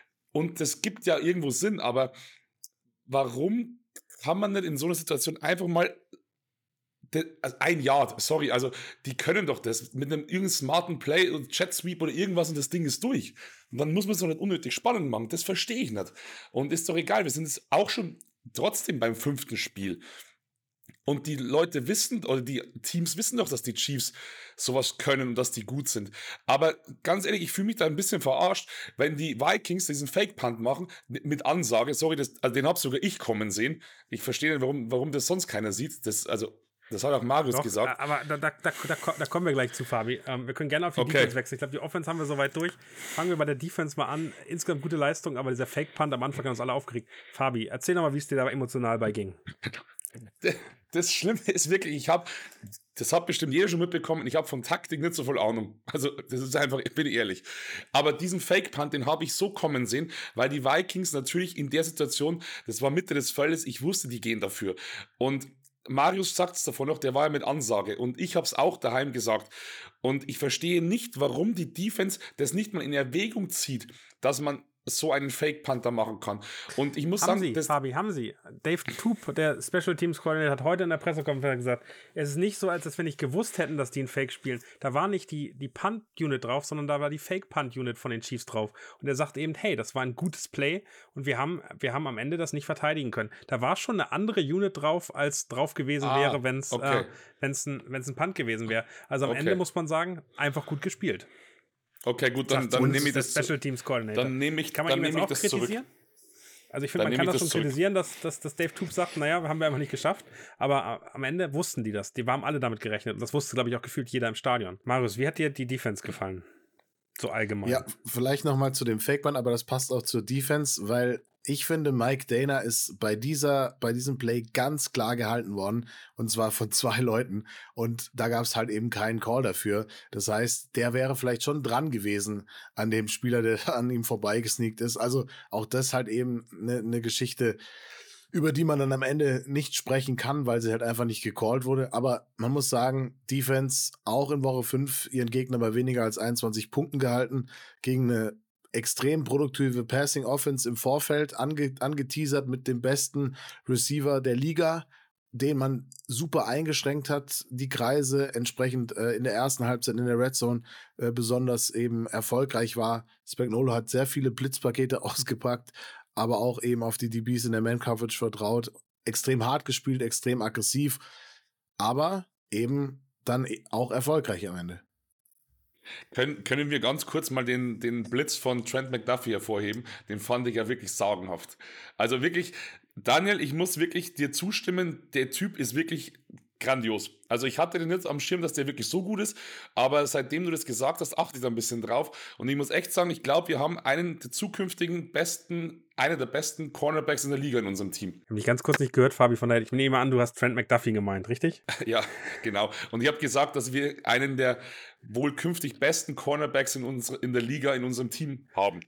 Und das gibt ja irgendwo Sinn, aber warum kann man nicht in so einer Situation einfach mal also ein Yard, sorry, also die können doch das mit einem irgendeinem smarten Play und Jet Sweep oder irgendwas und das Ding ist durch. Und dann muss man es doch nicht unnötig spannend machen. Das verstehe ich nicht. Und ist doch egal, wir sind jetzt auch schon trotzdem beim fünften Spiel. Und die Leute wissen, oder die Teams wissen doch, dass die Chiefs sowas können und dass die gut sind. Aber ganz ehrlich, ich fühle mich da ein bisschen verarscht, wenn die Vikings diesen Fake-Punt machen, mit, mit Ansage, sorry, das, also den habe sogar ich kommen sehen. Ich verstehe nicht, warum, warum das sonst keiner sieht. Das, also Das hat auch Marius Doch, gesagt. Aber da, da, da, da, da kommen wir gleich zu, Fabi. Ähm, wir können gerne auf die Okay. Defense wechseln. Ich glaube, die Offense haben wir soweit durch. Fangen wir bei der Defense mal an. Insgesamt gute Leistung, aber dieser Fake-Punt am Anfang hat uns alle aufgeregt. Fabi, erzähl doch mal, wie es dir da emotional bei ging. Das Schlimme ist wirklich, ich habe, das hat bestimmt jeder schon mitbekommen, ich habe von Taktik nicht so voll Ahnung. Also, das ist einfach, ich bin ehrlich. Aber diesen Fake-Punt, den habe ich so kommen sehen, weil die Vikings natürlich in der Situation, das war Mitte des Feldes, ich wusste, die gehen dafür. Und Marius sagt es davon noch, der war ja mit Ansage und ich habe es auch daheim gesagt und ich verstehe nicht, warum die Defense das nicht mal in Erwägung zieht, dass man so einen Fake-Panther machen kann. Und ich muss haben sagen, Sie, das Fabi, haben Sie. Dave Toop, der Special Teams Coordinator, hat heute in der Pressekonferenz gesagt, es ist nicht so, als wir nicht gewusst hätten, dass die einen Fake spielen. Da war nicht die, die Punt-Unit drauf, sondern da war die Fake-Punt-Unit von den Chiefs drauf. Und er sagt eben, hey, das war ein gutes Play und wir haben, wir haben am Ende das nicht verteidigen können. Da war schon eine andere Unit drauf, als drauf gewesen Ah, wäre, wenn es okay. äh, wenn's ein, wenn's ein Punt gewesen wäre. Also am Okay. Ende muss man sagen, einfach gut gespielt. okay, gut, dann, Sagt dann uns nehme ich der das Special Teams Coordinator. Dann nehme ich, Kann man dann ihm jetzt nehme ich auch das zurück. kritisieren? Also ich finde, Dann man kann nehme das ich schon das zurück. kritisieren, dass, dass, dass Dave Toop sagt, naja, haben wir einfach nicht geschafft. Aber äh, am Ende wussten die das. Die haben alle damit gerechnet. Und das wusste, glaube ich, auch gefühlt jeder im Stadion. Marius, wie hat dir die Defense gefallen? so allgemein. Ja, vielleicht nochmal zu dem Fake-Punt, aber das passt auch zur Defense, weil ich finde, Mike Dana ist bei dieser, bei diesem Play ganz klar gehalten worden, und zwar von zwei Leuten, und da gab es halt eben keinen Call dafür. Das heißt, der wäre vielleicht schon dran gewesen an dem Spieler, der an ihm vorbeigesneakt ist. Also auch das halt eben eine ne Geschichte, über die man dann am Ende nicht sprechen kann, weil sie halt einfach nicht gecallt wurde. Aber man muss sagen, Defense auch in Woche fünf ihren Gegner bei weniger als einundzwanzig Punkten gehalten, gegen eine extrem produktive Passing Offense im Vorfeld, ange angeteasert mit dem besten Receiver der Liga, den man super eingeschränkt hat, die Kreise entsprechend äh, in der ersten Halbzeit in der Red Zone äh, besonders eben erfolgreich war. Spagnuolo hat sehr viele Blitzpakete ausgepackt, aber auch eben auf die D Bs in der Man-Coverage vertraut. Extrem hart gespielt, extrem aggressiv, aber eben dann auch erfolgreich am Ende. Können, können wir ganz kurz mal den, den Blitz von Trent McDuffie hervorheben? Den fand ich ja wirklich sagenhaft. Also wirklich, Daniel, ich muss wirklich dir zustimmen, der Typ ist wirklich grandios. Also ich hatte den jetzt am Schirm, dass der wirklich so gut ist, aber seitdem du das gesagt hast, achte ich da ein bisschen drauf. Und ich muss echt sagen, ich glaube, wir haben einen der zukünftigen besten, einer der besten Cornerbacks in der Liga in unserem Team. Ich habe mich ganz kurz nicht gehört, Fabi, von daher, ich nehme an, du hast Trent McDuffie gemeint, richtig? Ja, genau. Und ich habe gesagt, dass wir einen der wohl künftig besten Cornerbacks in, unsere, in der Liga in unserem Team haben.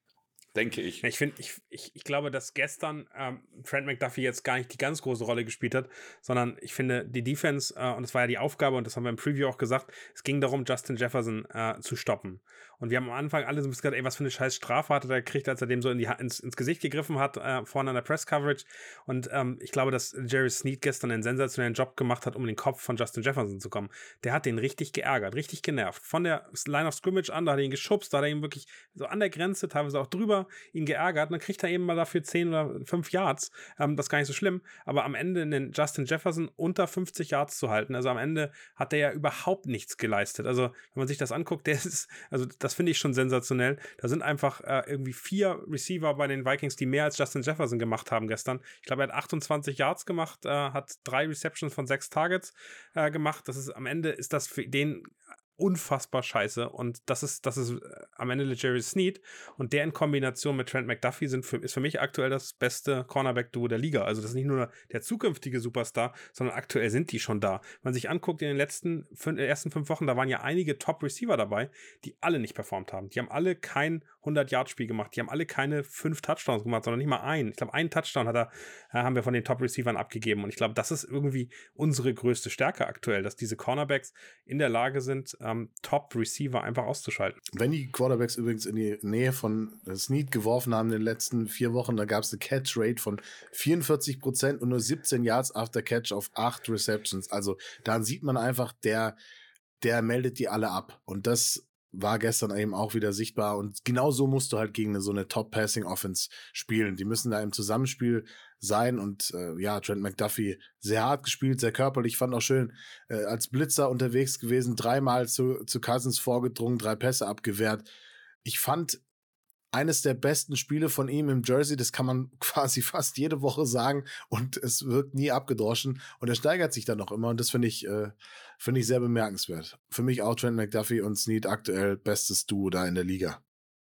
Denke ich. Ich finde, ich, ich, ich glaube, dass gestern ähm, Trent McDuffie jetzt gar nicht die ganz große Rolle gespielt hat, sondern ich finde, die Defense, äh, und das war ja die Aufgabe, und das haben wir im Preview auch gesagt, es ging darum, Justin Jefferson äh, zu stoppen. Und wir haben am Anfang alle so ein bisschen gedacht, ey, was für eine scheiß Strafe hatte der gekriegt, als er dem so in die, ins, ins Gesicht gegriffen hat, äh, vorne an der Press-Coverage. Und ähm, ich glaube, dass Jerry Sneed gestern einen sensationellen Job gemacht hat, um in den Kopf von Justin Jefferson zu kommen. Der hat den richtig geärgert, richtig genervt. Von der Line of Scrimmage an, da hat er ihn geschubst, da hat er ihn wirklich so an der Grenze, teilweise auch drüber, ihn geärgert. Und dann kriegt er eben mal dafür zehn oder fünf Yards. Ähm, das ist gar nicht so schlimm. Aber am Ende den Justin Jefferson unter fünfzig Yards zu halten, also am Ende hat der ja überhaupt nichts geleistet. Also wenn man sich das anguckt, der ist, also das finde ich schon sensationell. Da sind einfach äh, irgendwie vier Receiver bei den Vikings, die mehr als Justin Jefferson gemacht haben gestern. Ich glaube, er hat achtundzwanzig Yards gemacht, äh, hat drei Receptions von sechs Targets äh, gemacht. Das ist am Ende ist das für den unfassbar scheiße, und das ist, das ist am Ende Jerry Sneed, und der in Kombination mit Trent McDuffie sind für, ist für mich aktuell das beste Cornerback-Duo der Liga. Also das ist nicht nur der zukünftige Superstar, sondern aktuell sind die schon da. Wenn man sich anguckt, in den letzten fün- ersten fünf Wochen, da waren ja einige Top-Receiver dabei, die alle nicht performt haben. Die haben alle kein hundert-Yard-Spiel gemacht, die haben alle keine fünf Touchdowns gemacht, sondern nicht mal einen. Ich glaube, einen Touchdown hat er, äh, haben wir von den Top-Receivern abgegeben, und ich glaube, das ist irgendwie unsere größte Stärke aktuell, dass diese Cornerbacks in der Lage sind, ähm, Top-Receiver einfach auszuschalten. Wenn die Quarterbacks übrigens in die Nähe von Snead geworfen haben in den letzten vier Wochen, da gab es eine Catch-Rate von vierundvierzig Prozent und nur siebzehn Yards after Catch auf acht Receptions. Also da sieht man einfach, der, der meldet die alle ab. Und das war gestern eben auch wieder sichtbar. Und genau so musst du halt gegen eine, so eine Top-Passing-Offense spielen. Die müssen da im Zusammenspiel sein, und äh, ja, Trent McDuffie sehr hart gespielt, sehr körperlich. Ich fand auch schön, äh, als Blitzer unterwegs gewesen, dreimal zu, zu Cousins vorgedrungen, drei Pässe abgewehrt. Ich fand eines der besten Spiele von ihm im Jersey, das kann man quasi fast jede Woche sagen, und es wirkt nie abgedroschen, und er steigert sich dann noch immer, und das finde ich, äh, finde ich sehr bemerkenswert. Für mich auch Trent McDuffie und Snead aktuell bestes Duo da in der Liga.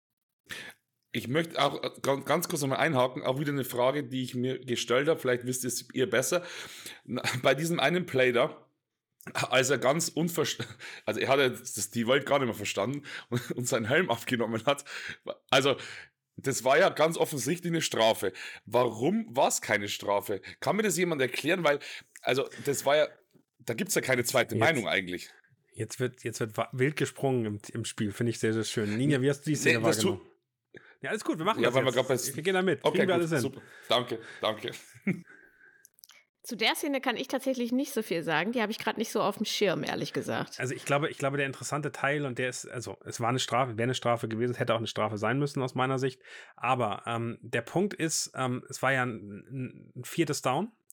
Ich möchte auch ganz kurz nochmal einhaken, auch wieder eine Frage, die ich mir gestellt habe, vielleicht wisst es ihr besser. Bei diesem einen Play da, als er ganz unverständlich, also er hat ja das, die Welt gar nicht mehr verstanden und, und seinen Helm abgenommen hat, also das war ja ganz offensichtlich eine Strafe. Warum war es keine Strafe? Kann mir das jemand erklären? Weil, also das war ja, da gibt es ja keine zweite Jetzt. Meinung eigentlich. Jetzt wird, jetzt wird wild gesprungen im, im Spiel, finde ich sehr, sehr schön. Ninja, wie hast du die Szene Nee, das wahrgenommen? Ja, alles gut, wir machen Ja, das weil wir jetzt. grad bei- Wir gehen da mit. Okay, Kriegen wir gut, alles hin. super. Danke, danke. Zu der Szene kann ich tatsächlich nicht so viel sagen. Die habe ich gerade nicht so auf dem Schirm, ehrlich gesagt. Also ich glaube, ich glaube, der interessante Teil, und der ist, also es war eine Strafe, wäre eine Strafe gewesen, es hätte auch eine Strafe sein müssen aus meiner Sicht. Aber ähm, der Punkt ist, ähm, es war ja ein, ein viertes Down.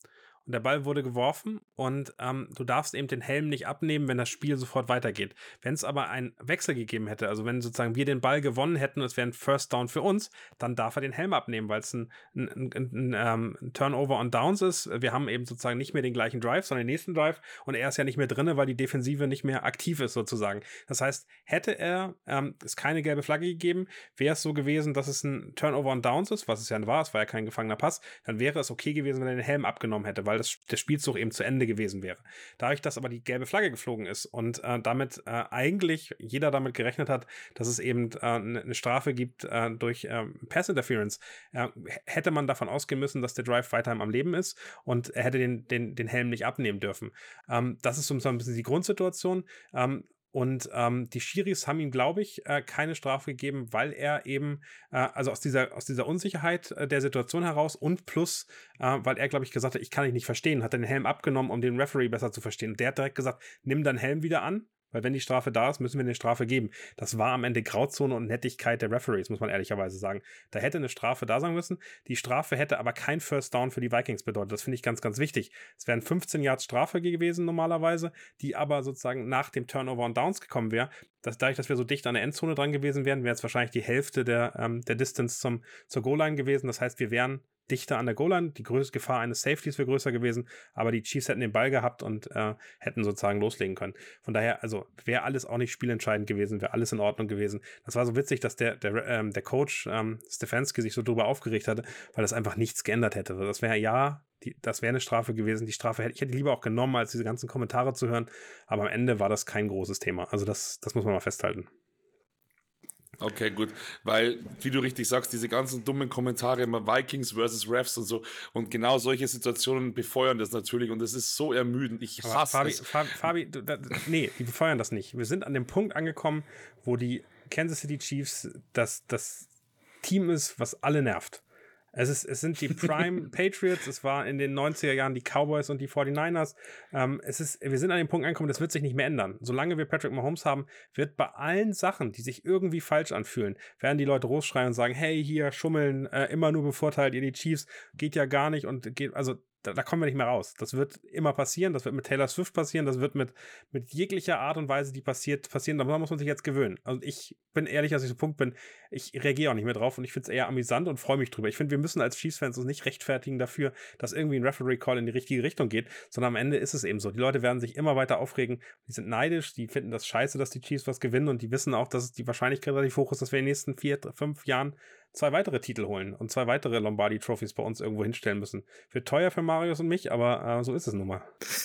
und der Ball wurde geworfen und ähm, du darfst eben den Helm nicht abnehmen, wenn das Spiel sofort weitergeht. Wenn es aber einen Wechsel gegeben hätte, also wenn sozusagen wir den Ball gewonnen hätten und es wäre ein First Down für uns, dann darf er den Helm abnehmen, weil es ein, ein, ein, ein, ein, ein Turnover on Downs ist. Wir haben eben sozusagen nicht mehr den gleichen Drive, sondern den nächsten Drive und er ist ja nicht mehr drin, weil die Defensive nicht mehr aktiv ist sozusagen. Das heißt, hätte er ähm, es keine gelbe Flagge gegeben, wäre es so gewesen, dass es ein Turnover on Downs ist, was es ja war, es war ja kein gefangener Pass, dann wäre es okay gewesen, wenn er den Helm abgenommen hätte, weil das, der Spielzug eben zu Ende gewesen wäre. Dadurch, dass aber die gelbe Flagge geflogen ist und äh, damit äh, eigentlich jeder damit gerechnet hat, dass es eben äh, eine Strafe gibt äh, durch äh, Pass Interference, äh, hätte man davon ausgehen müssen, dass der Drive weiterhin am Leben ist und er hätte den, den, den Helm nicht abnehmen dürfen. Ähm, das ist so ein bisschen die Grundsituation. Ähm, Und ähm, die Schiris haben ihm, glaube ich, äh, keine Strafe gegeben, weil er eben, äh, also aus dieser, aus dieser Unsicherheit äh, der Situation heraus und plus, äh, weil er, glaube ich, gesagt hat, ich kann dich nicht verstehen, hat den Helm abgenommen, um den Referee besser zu verstehen. Und der hat direkt gesagt, nimm deinen Helm wieder an, weil wenn die Strafe da ist, müssen wir eine Strafe geben. Das war am Ende Grauzone und Nettigkeit der Referees, muss man ehrlicherweise sagen. Da hätte eine Strafe da sein müssen. Die Strafe hätte aber kein First Down für die Vikings bedeutet. Das finde ich ganz, ganz wichtig. Es wären fünfzehn Yards Strafe gewesen normalerweise, die aber sozusagen nach dem Turnover und Downs gekommen wäre. Dass dadurch, dass wir so dicht an der Endzone dran gewesen wären, wäre es wahrscheinlich die Hälfte der, ähm, der Distance zum, zur Goal-Line gewesen. Das heißt, wir wären dichter an der Goal-Line, die größte Gefahr eines Safeties wäre größer gewesen, aber die Chiefs hätten den Ball gehabt und äh, hätten sozusagen loslegen können. Von daher, also wäre alles auch nicht spielentscheidend gewesen, wäre alles in Ordnung gewesen. Das war so witzig, dass der, der, ähm, der Coach ähm, Stefanski sich so drüber aufgeregt hatte, weil das einfach nichts geändert hätte. Das wäre ja, die, das wäre eine Strafe gewesen. Die Strafe hätte ich hätte lieber auch genommen, als diese ganzen Kommentare zu hören, aber am Ende war das kein großes Thema. Also das, das muss man mal festhalten. Okay, gut, weil, wie du richtig sagst, diese ganzen dummen Kommentare immer Vikings versus Refs und so und genau solche Situationen befeuern das natürlich und es ist so ermüdend, ich hasse Fabi, es. Fabi, Fabi du, da, nee, die befeuern das nicht. Wir sind an dem Punkt angekommen, wo die Kansas City Chiefs das, das Team ist, was alle nervt. Es, ist, es sind die Prime Patriots, es war in den neunziger Jahren die Cowboys und die forty-niners. Ähm, es ist, wir sind an dem Punkt angekommen, das wird sich nicht mehr ändern. Solange wir Patrick Mahomes haben, wird bei allen Sachen, die sich irgendwie falsch anfühlen, werden die Leute rausschreien und sagen, hey, hier, schummeln, äh, immer nur bevorteilt ihr die Chiefs, geht ja gar nicht und geht, also Da, da kommen wir nicht mehr raus. Das wird immer passieren. Das wird mit Taylor Swift passieren. Das wird mit, mit jeglicher Art und Weise, die passiert, passieren. Da muss man sich jetzt gewöhnen. Also ich bin ehrlich, dass ich so Punkt bin, ich reagiere auch nicht mehr drauf und ich finde es eher amüsant und freue mich drüber. Ich finde, wir müssen als Chiefs-Fans uns nicht rechtfertigen dafür, dass irgendwie ein Referee-Call in die richtige Richtung geht, sondern am Ende ist es eben so. Die Leute werden sich immer weiter aufregen. Die sind neidisch. Die finden das scheiße, dass die Chiefs was gewinnen und die wissen auch, dass die Wahrscheinlichkeit relativ hoch ist, dass wir in den nächsten vier, fünf Jahren zwei weitere Titel holen und zwei weitere Lombardi-Trophies bei uns irgendwo hinstellen müssen. Wird teuer für Marius und mich, aber äh, so ist es nun mal.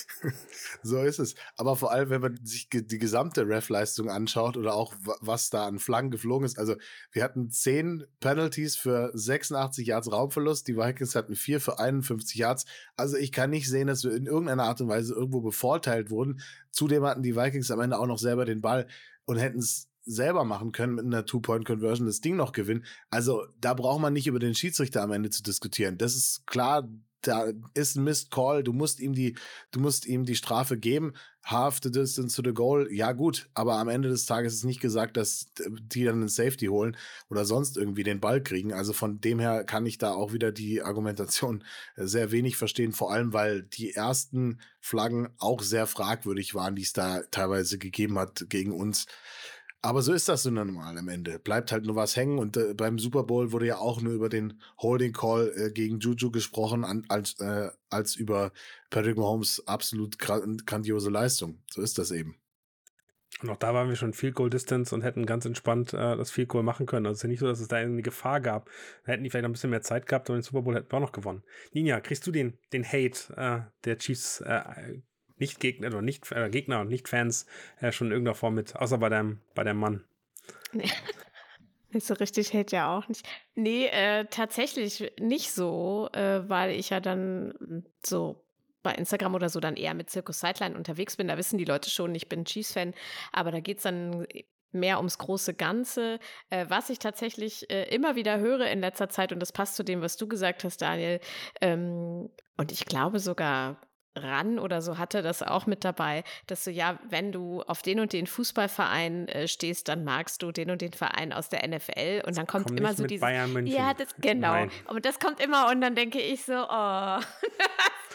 So ist es. Aber vor allem, wenn man sich ge- die gesamte Ref-Leistung anschaut oder auch w- was da an Flaggen geflogen ist. Also wir hatten zehn Penalties für sechsundachtzig Yards Raumverlust. Die Vikings hatten vier für einundfünfzig Yards. Also ich kann nicht sehen, dass wir in irgendeiner Art und Weise irgendwo bevorteilt wurden. Zudem hatten die Vikings am Ende auch noch selber den Ball und hätten es selber machen können mit einer Two-Point-Conversion, das Ding noch gewinnen. Also da braucht man nicht über den Schiedsrichter am Ende zu diskutieren. Das ist klar, da ist ein Missed Call, du musst ihm die, du musst ihm die Strafe geben, half the distance to the goal, ja gut, aber am Ende des Tages ist nicht gesagt, dass die dann einen Safety holen oder sonst irgendwie den Ball kriegen. Also von dem her kann ich da auch wieder die Argumentation sehr wenig verstehen, vor allem, weil die ersten Flaggen auch sehr fragwürdig waren, die es da teilweise gegeben hat gegen uns. Aber so ist das so normal am Ende. Bleibt halt nur was hängen und äh, beim Super Bowl wurde ja auch nur über den Holding Call äh, gegen Juju gesprochen, an, als, äh, als über Patrick Mahomes absolut gra- grandiose Leistung. So ist das eben. Und auch da waren wir schon Field Goal Distance und hätten ganz entspannt äh, das Field Goal machen können. Also es ist ja nicht so, dass es da eine Gefahr gab. Da hätten die vielleicht noch ein bisschen mehr Zeit gehabt und den Super Bowl hätten wir auch noch gewonnen. Ninja, kriegst du den, den Hate äh, der Chiefs äh, nicht Gegner oder nicht äh, Gegner und nicht Fans äh, schon in irgendeiner Form mit, außer bei deinem, bei deinem Mann? Nee. So richtig hält ja auch nicht. Nee, äh, tatsächlich nicht so, äh, weil ich ja dann so bei Instagram oder so dann eher mit Circus Sideline unterwegs bin. Da wissen die Leute schon, ich bin Chiefs-Fan, aber da geht's dann mehr ums große Ganze. Äh, was ich tatsächlich äh, immer wieder höre in letzter Zeit, und das passt zu dem, was du gesagt hast, Daniel, ähm, und ich glaube sogar Ran oder so hatte das auch mit dabei, dass du ja, wenn du auf den und den Fußballverein äh, stehst, dann magst du den und den Verein aus der N F L und dann kommt Komm immer nicht so mit dieses, Bayern München. ja, das genau, Nein. und das kommt immer und dann denke ich so, oh. Aber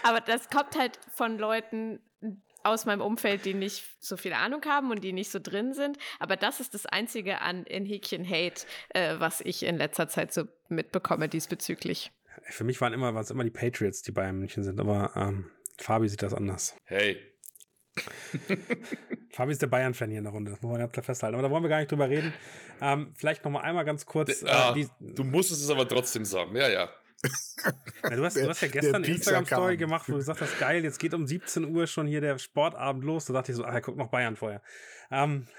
Aber das kommt halt von Leuten aus meinem Umfeld, die nicht so viel Ahnung haben und die nicht so drin sind. Aber das ist das Einzige an in Häkchen Hate, äh, was ich in letzter Zeit so mitbekomme diesbezüglich. Für mich waren immer, waren es immer die Patriots, die Bayern München sind, aber ähm, Fabi sieht das anders. Hey. Fabi ist der Bayern-Fan hier in der Runde, das muss man ja festhalten. Aber da wollen wir gar nicht drüber reden. Ähm, vielleicht noch mal einmal ganz kurz. Äh, ah, die, du musstest es aber trotzdem sagen, ja, ja. Na, du, hast, der, du hast ja gestern eine Instagram-Story kam. gemacht, wo du gesagt hast, geil, jetzt geht um siebzehn Uhr schon hier der Sportabend los. Da dachte ich so, ach, guck noch Bayern vorher. Ähm,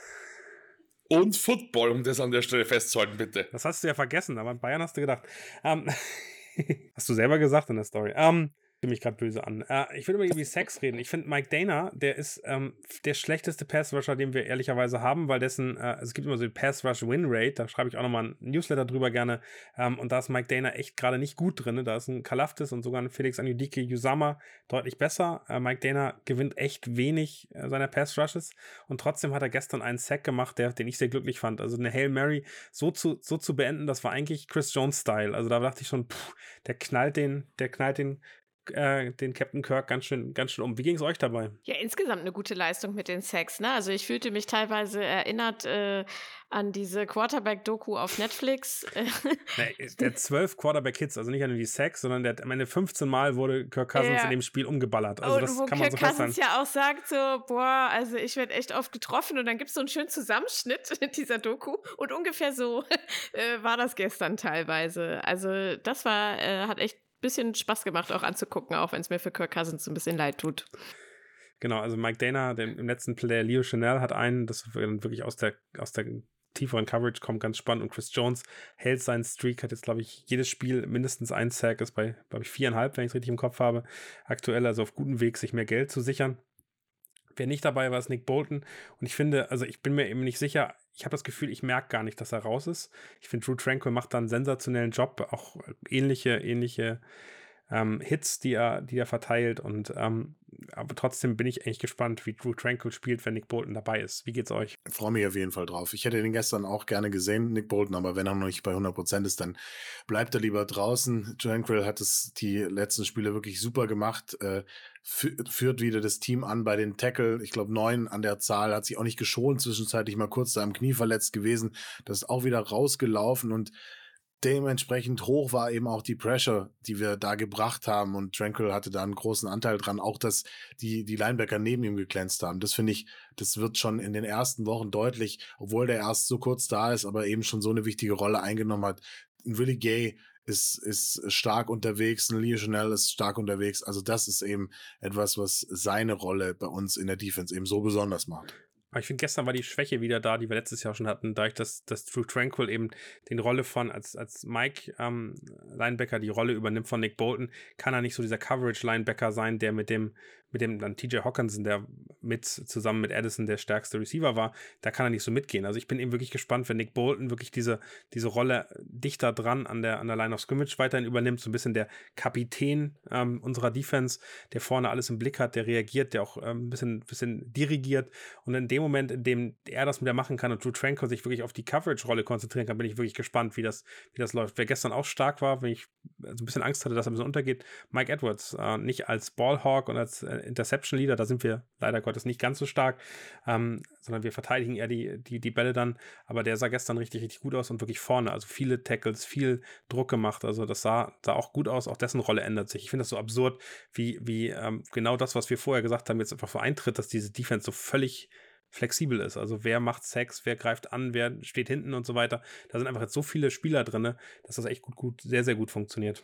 Und Football, um das an der Stelle festzuhalten, bitte. Das hast du ja vergessen, aber an Bayern hast du gedacht. Ähm, hast du selber gesagt in der Story. Ähm, ich mich gerade böse an. Äh, ich will über irgendwie Sex reden. Ich finde Mike Dana, der ist ähm, der schlechteste Pass-Rusher, den wir ehrlicherweise haben, weil dessen, äh, es gibt immer so die Pass-Rush-Win-Rate, da schreibe ich auch nochmal ein Newsletter drüber gerne. Ähm, und da ist Mike Dana echt gerade nicht gut drin. Da ist ein Kalafdis und sogar ein Felix Anudike Usama deutlich besser. Äh, Mike Dana gewinnt echt wenig äh, seiner Pass-Rushes und trotzdem hat er gestern einen Sack gemacht, der, den ich sehr glücklich fand. Also eine Hail Mary so zu, so zu beenden, das war eigentlich Chris Jones-Style. Also da dachte ich schon, pff, der knallt den, der knallt den Äh, den Captain Kirk ganz schön, ganz schön um. Wie ging es euch dabei? Ja, insgesamt eine gute Leistung mit den Sacks, ne? Also ich fühlte mich teilweise erinnert äh, an diese Quarterback-Doku auf Netflix. Nee, der zwölf Quarterback-Hits, also nicht nur die Sacks, sondern der, am Ende fünfzehn Mal wurde Kirk Cousins ja. in dem Spiel umgeballert. Also und das wo kann man Kirk so festhalten. Cousins ja auch sagt so, boah, also ich werde echt oft getroffen und dann gibt es so einen schönen Zusammenschnitt dieser Doku und ungefähr so äh, war das gestern teilweise. Also das war, äh, hat echt bisschen Spaß gemacht, auch anzugucken, auch wenn es mir für Kirk Cousins so ein bisschen leid tut. Genau, also Mike Dana, der, im letzten Play, Leo Chanel hat einen, das wirklich aus der, aus der tieferen Coverage kommt, ganz spannend. Und Chris Jones hält seinen Streak, hat jetzt, glaube ich, jedes Spiel mindestens ein Sack, ist bei, glaube ich, viereinhalb, wenn ich es richtig im Kopf habe, aktuell, also auf gutem Weg, sich mehr Geld zu sichern. Wer nicht dabei war, ist Nick Bolton. Und ich finde, also ich bin mir eben nicht sicher, ich habe das Gefühl, ich merke gar nicht, dass er raus ist. Ich finde, Drew Tranquil macht da einen sensationellen Job, auch ähnliche, ähnliche ähm, Hits, die er, die er verteilt. Und ähm, aber trotzdem bin ich eigentlich gespannt, wie Drew Tranquil spielt, wenn Nick Bolton dabei ist. Wie geht's euch? Ich freue mich auf jeden Fall drauf. Ich hätte den gestern auch gerne gesehen, Nick Bolton, aber wenn er noch nicht bei hundert Prozent ist, dann bleibt er lieber draußen. Tranquil hat es die letzten Spiele wirklich super gemacht, äh, führt wieder das Team an bei den Tackle. Ich glaube, neun an der Zahl, hat sich auch nicht geschont, zwischenzeitlich mal kurz da am Knie verletzt gewesen. Das ist auch wieder rausgelaufen und dementsprechend hoch war eben auch die Pressure, die wir da gebracht haben und Tranquil hatte da einen großen Anteil dran, auch dass die, die Linebacker neben ihm geglänzt haben. Das finde ich, das wird schon in den ersten Wochen deutlich, obwohl der erst so kurz da ist, aber eben schon so eine wichtige Rolle eingenommen hat. Ein Willie Gay ist, ist stark unterwegs, ein Leo Chanel ist stark unterwegs, also das ist eben etwas, was seine Rolle bei uns in der Defense eben so besonders macht. Aber ich finde, gestern war die Schwäche wieder da, die wir letztes Jahr schon hatten, dadurch, dass, dass Drew Tranquil eben den Rolle von, als, als Mike ähm, Linebacker die Rolle übernimmt von Nick Bolton, kann er nicht so dieser Coverage-Linebacker sein, der mit dem, mit dem dann T J Hockenson, der mit, zusammen mit Addison der stärkste Receiver war, da kann er nicht so mitgehen. Also ich bin eben wirklich gespannt, wenn Nick Bolton wirklich diese, diese Rolle dichter dran an der, an der Line of Scrimmage weiterhin übernimmt, so ein bisschen der Kapitän ähm, unserer Defense, der vorne alles im Blick hat, der reagiert, der auch ähm, ein bisschen, bisschen dirigiert und in dem Moment, in dem er das wieder machen kann und Drew Tranquil sich wirklich auf die Coverage-Rolle konzentrieren kann, bin ich wirklich gespannt, wie das, wie das läuft. Wer gestern auch stark war, wenn ich also ein bisschen Angst hatte, dass er ein bisschen untergeht, Mike Edwards, äh, nicht als Ballhawk und als äh, Interception-Leader, da sind wir leider Gottes nicht ganz so stark, ähm, sondern wir verteidigen eher die, die, die Bälle dann, aber der sah gestern richtig, richtig gut aus und wirklich vorne, also viele Tackles, viel Druck gemacht, also das sah, sah auch gut aus, auch dessen Rolle ändert sich. Ich finde das so absurd, wie, wie ähm, genau das, was wir vorher gesagt haben, jetzt einfach so eintritt, dass diese Defense so völlig flexibel ist. Also wer macht Sacks, wer greift an, wer steht hinten und so weiter. Da sind einfach jetzt so viele Spieler drin, dass das echt gut, gut, sehr, sehr gut funktioniert.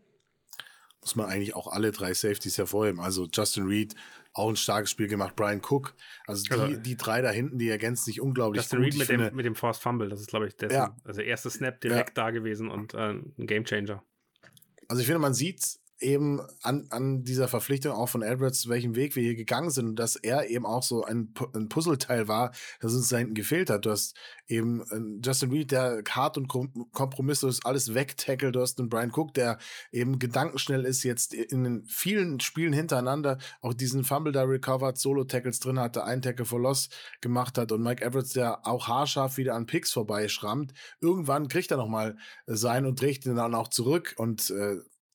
Muss man eigentlich auch alle drei Safeties hervorheben. Also Justin Reed, auch ein starkes Spiel gemacht. Brian Cook, also die, also, die drei da hinten, die ergänzen sich unglaublich Justin gut. Reed mit, finde, dem, mit dem Forced Fumble, das ist, glaube ich, dessen, ja. also erster Snap direkt ja. da gewesen und äh, ein Gamechanger. Also ich finde, man sieht eben an, an dieser Verpflichtung auch von Edwards, welchen Weg wir hier gegangen sind und dass er eben auch so ein, ein Puzzleteil war, das uns da hinten gefehlt hat. Du hast eben einen Justin Reed, der hart und kompromisslos alles wegtackelt. Du hast einen Brian Cook, der eben gedankenschnell ist, jetzt in den vielen Spielen hintereinander auch diesen Fumble da recovered, Solo-Tackles drin hatte, einen Tackle for Loss gemacht hat und Mike Edwards, der auch haarscharf wieder an Picks vorbeischrammt. Irgendwann kriegt er nochmal sein und trägt ihn dann auch zurück und äh,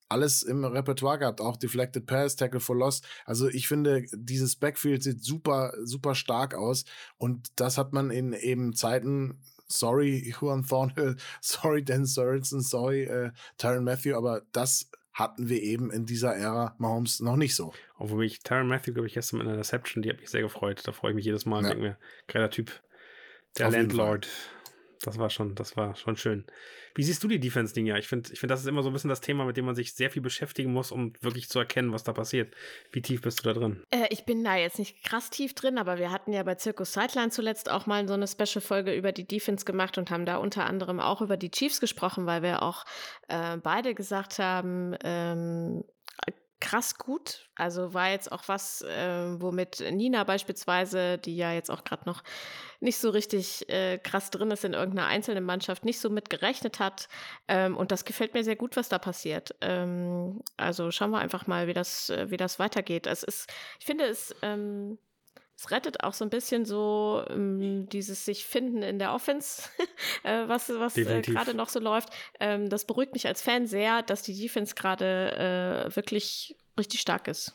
alles im Repertoire gehabt, auch Deflected Pass, Tackle for Loss. Also ich finde, dieses Backfield sieht super, super stark aus und das hat man in eben Zeiten, sorry Juan Thornhill, sorry Dan Sorensen, sorry äh, Tyrann Mathieu, aber das hatten wir eben in dieser Ära Mahomes noch nicht so. Obwohl ich Tyrann Mathieu, glaube ich, gestern mit einer Interception, die hat mich sehr gefreut. Da freue ich mich jedes Mal. Ja. Denke mir, geiler Typ. Der Auf jeden Landlord. Das war schon, das war schon schön. Wie siehst du die Defense-Linie? Ich finde, ich finde, das ist immer so ein bisschen das Thema, mit dem man sich sehr viel beschäftigen muss, um wirklich zu erkennen, was da passiert. Wie tief bist du da drin? Äh, ich bin da jetzt nicht krass tief drin, aber wir hatten ja bei Circus Sideline zuletzt auch mal so eine Special-Folge über die Defense gemacht und haben da unter anderem auch über die Chiefs gesprochen, weil wir auch äh, beide gesagt haben, ähm, krass gut. Also war jetzt auch was, äh, womit Nina beispielsweise, die ja jetzt auch gerade noch nicht so richtig äh, krass drin ist in irgendeiner einzelnen Mannschaft, nicht so mit gerechnet hat. Ähm, und das gefällt mir sehr gut, was da passiert. Ähm, also schauen wir einfach mal, wie das, äh, wie das weitergeht. Es ist, ich finde, es, ähm, es rettet auch so ein bisschen so ähm, dieses sich finden in der Offense, äh, was, was äh, gerade noch so läuft. Ähm, das beruhigt mich als Fan sehr, dass die Defense gerade äh, wirklich richtig stark ist.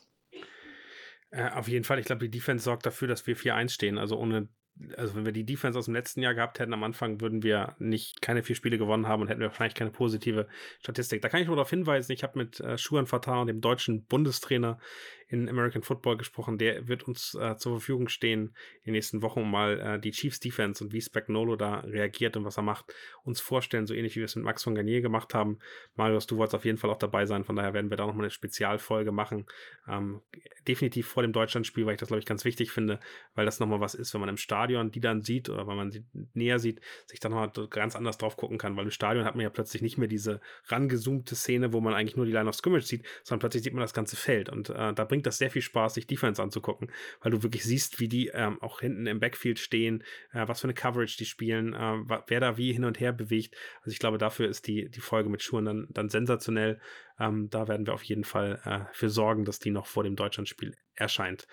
Äh, auf jeden Fall. Ich glaube, die Defense sorgt dafür, dass wir vier eins stehen. Also ohne, also wenn wir die Defense aus dem letzten Jahr gehabt hätten am Anfang, würden wir nicht keine vier Spiele gewonnen haben und hätten wir wahrscheinlich keine positive Statistik. Da kann ich nur darauf hinweisen, ich habe mit äh, Schuhan Fatah, dem deutschen Bundestrainer in American Football, gesprochen. Der wird uns äh, zur Verfügung stehen in den nächsten Wochen, um mal äh, die Chiefs Defense und wie Spagnuolo da reagiert und was er macht, uns vorstellen, so ähnlich wie wir es mit Max von Garnier gemacht haben. Marius, du wolltest auf jeden Fall auch dabei sein, von daher werden wir da nochmal eine Spezialfolge machen. Ähm, definitiv vor dem Deutschlandspiel, weil ich das, glaube ich, ganz wichtig finde, weil das nochmal was ist, wenn man im Stadion die dann sieht oder wenn man sie näher sieht, sich dann nochmal ganz anders drauf gucken kann, weil im Stadion hat man ja plötzlich nicht mehr diese rangezoomte Szene, wo man eigentlich nur die Line of Scrimmage sieht, sondern plötzlich sieht man das ganze Feld und äh, da bringt das sehr viel Spaß, sich Defense anzugucken, weil du wirklich siehst, wie die ähm, auch hinten im Backfield stehen, äh, was für eine Coverage die spielen, äh, wer da wie hin und her bewegt. Also ich glaube, dafür ist die, die Folge mit Schuhen dann, dann sensationell. Ähm, da werden wir auf jeden Fall äh, für sorgen, dass die noch vor dem Deutschlandspiel erscheint.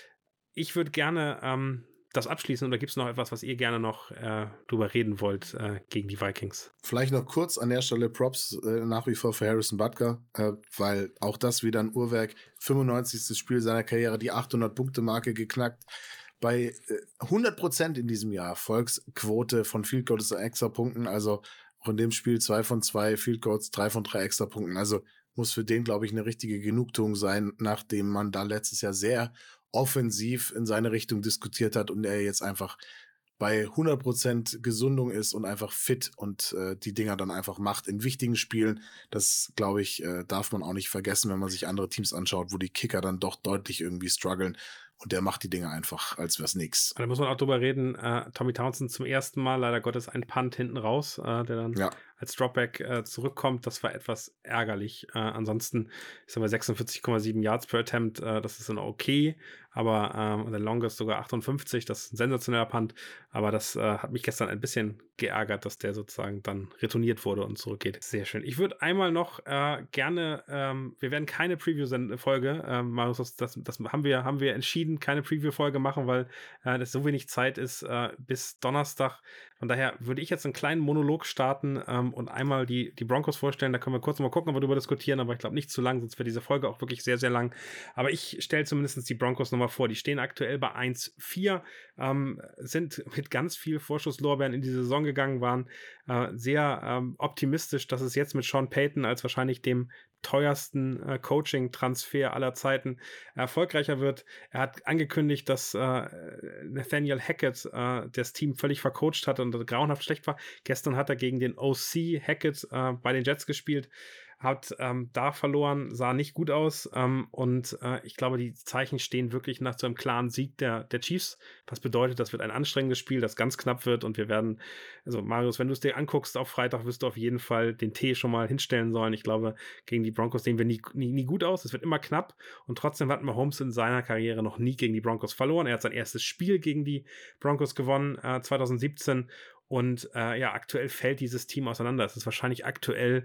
Ich würde gerne ähm, das abschließen oder gibt es noch etwas, was ihr gerne noch äh, drüber reden wollt äh, gegen die Vikings? Vielleicht noch kurz an der Stelle Props äh, nach wie vor für Harrison Butker, äh, weil auch das wieder ein Uhrwerk, fünfundneunzigstes Spiel seiner Karriere, die achthundert-Punkte-Marke geknackt. Bei äh, hundert Prozent in diesem Jahr Erfolgsquote von Field Goals und Extrapunkten, also auch in dem Spiel zwei von zwei Field Goals, drei von drei Extrapunkten. Also muss für den, glaube ich, eine richtige Genugtuung sein, nachdem man da letztes Jahr sehr offensiv in seine Richtung diskutiert hat und er jetzt einfach bei hundert Prozent Gesundung ist und einfach fit und äh, die Dinger dann einfach macht in wichtigen Spielen. Das, glaube ich, äh, darf man auch nicht vergessen, wenn man sich andere Teams anschaut, wo die Kicker dann doch deutlich irgendwie strugglen. Und der macht die Dinge einfach, als wär's nix. Da muss man auch drüber reden, äh, Tommy Townsend zum ersten Mal, leider Gottes, ein Punt hinten raus, äh, der dann ja. als Dropback äh, zurückkommt. Das war etwas ärgerlich. Äh, ansonsten ist er bei sechsundvierzig Komma sieben Yards per Attempt. Äh, das ist dann okay, aber ähm, der Longest sogar achtundfünfzig. Das ist ein sensationeller Punt. Aber das äh, hat mich gestern ein bisschen geärgert, dass der sozusagen dann retourniert wurde und zurückgeht. Sehr schön. Ich würde einmal noch äh, gerne, ähm, wir werden keine Preview-Folge, ähm, Marius, das, das, das haben wir, haben wir entschieden, keine Preview-Folge machen, weil äh, das so wenig Zeit ist äh, bis Donnerstag. Von daher würde ich jetzt einen kleinen Monolog starten ähm, und einmal die, die Broncos vorstellen. Da können wir kurz mal gucken, ob wir darüber diskutieren, aber ich glaube nicht zu lang, sonst wäre diese Folge auch wirklich sehr, sehr lang. Aber ich stelle zumindest die Broncos nochmal vor. Die stehen aktuell bei eins vier, ähm, sind mit ganz viel Vorschusslorbeeren in die Saison gegangen, waren äh, sehr ähm, optimistisch, dass es jetzt mit Sean Payton als wahrscheinlich dem teuersten äh, Coaching-Transfer aller Zeiten erfolgreicher wird. Er hat angekündigt, dass äh, Nathaniel Hackett äh, das Team völlig vercoacht hat und grauenhaft schlecht war. Gestern hat er gegen den O C Hackett äh, bei den Jets gespielt, hat ähm, da verloren, sah nicht gut aus ähm, und äh, ich glaube, die Zeichen stehen wirklich nach so einem klaren Sieg der, der Chiefs, was bedeutet, das wird ein anstrengendes Spiel, das ganz knapp wird und wir werden, also Marius, wenn du es dir anguckst auf Freitag, wirst du auf jeden Fall den Tee schon mal hinstellen sollen. Ich glaube, gegen die Broncos sehen wir nie, nie, nie gut aus, es wird immer knapp und trotzdem hat Mahomes in seiner Karriere noch nie gegen die Broncos verloren. Er hat sein erstes Spiel gegen die Broncos gewonnen, äh, zwanzig siebzehn. Und äh, ja, aktuell fällt dieses Team auseinander. Es ist wahrscheinlich aktuell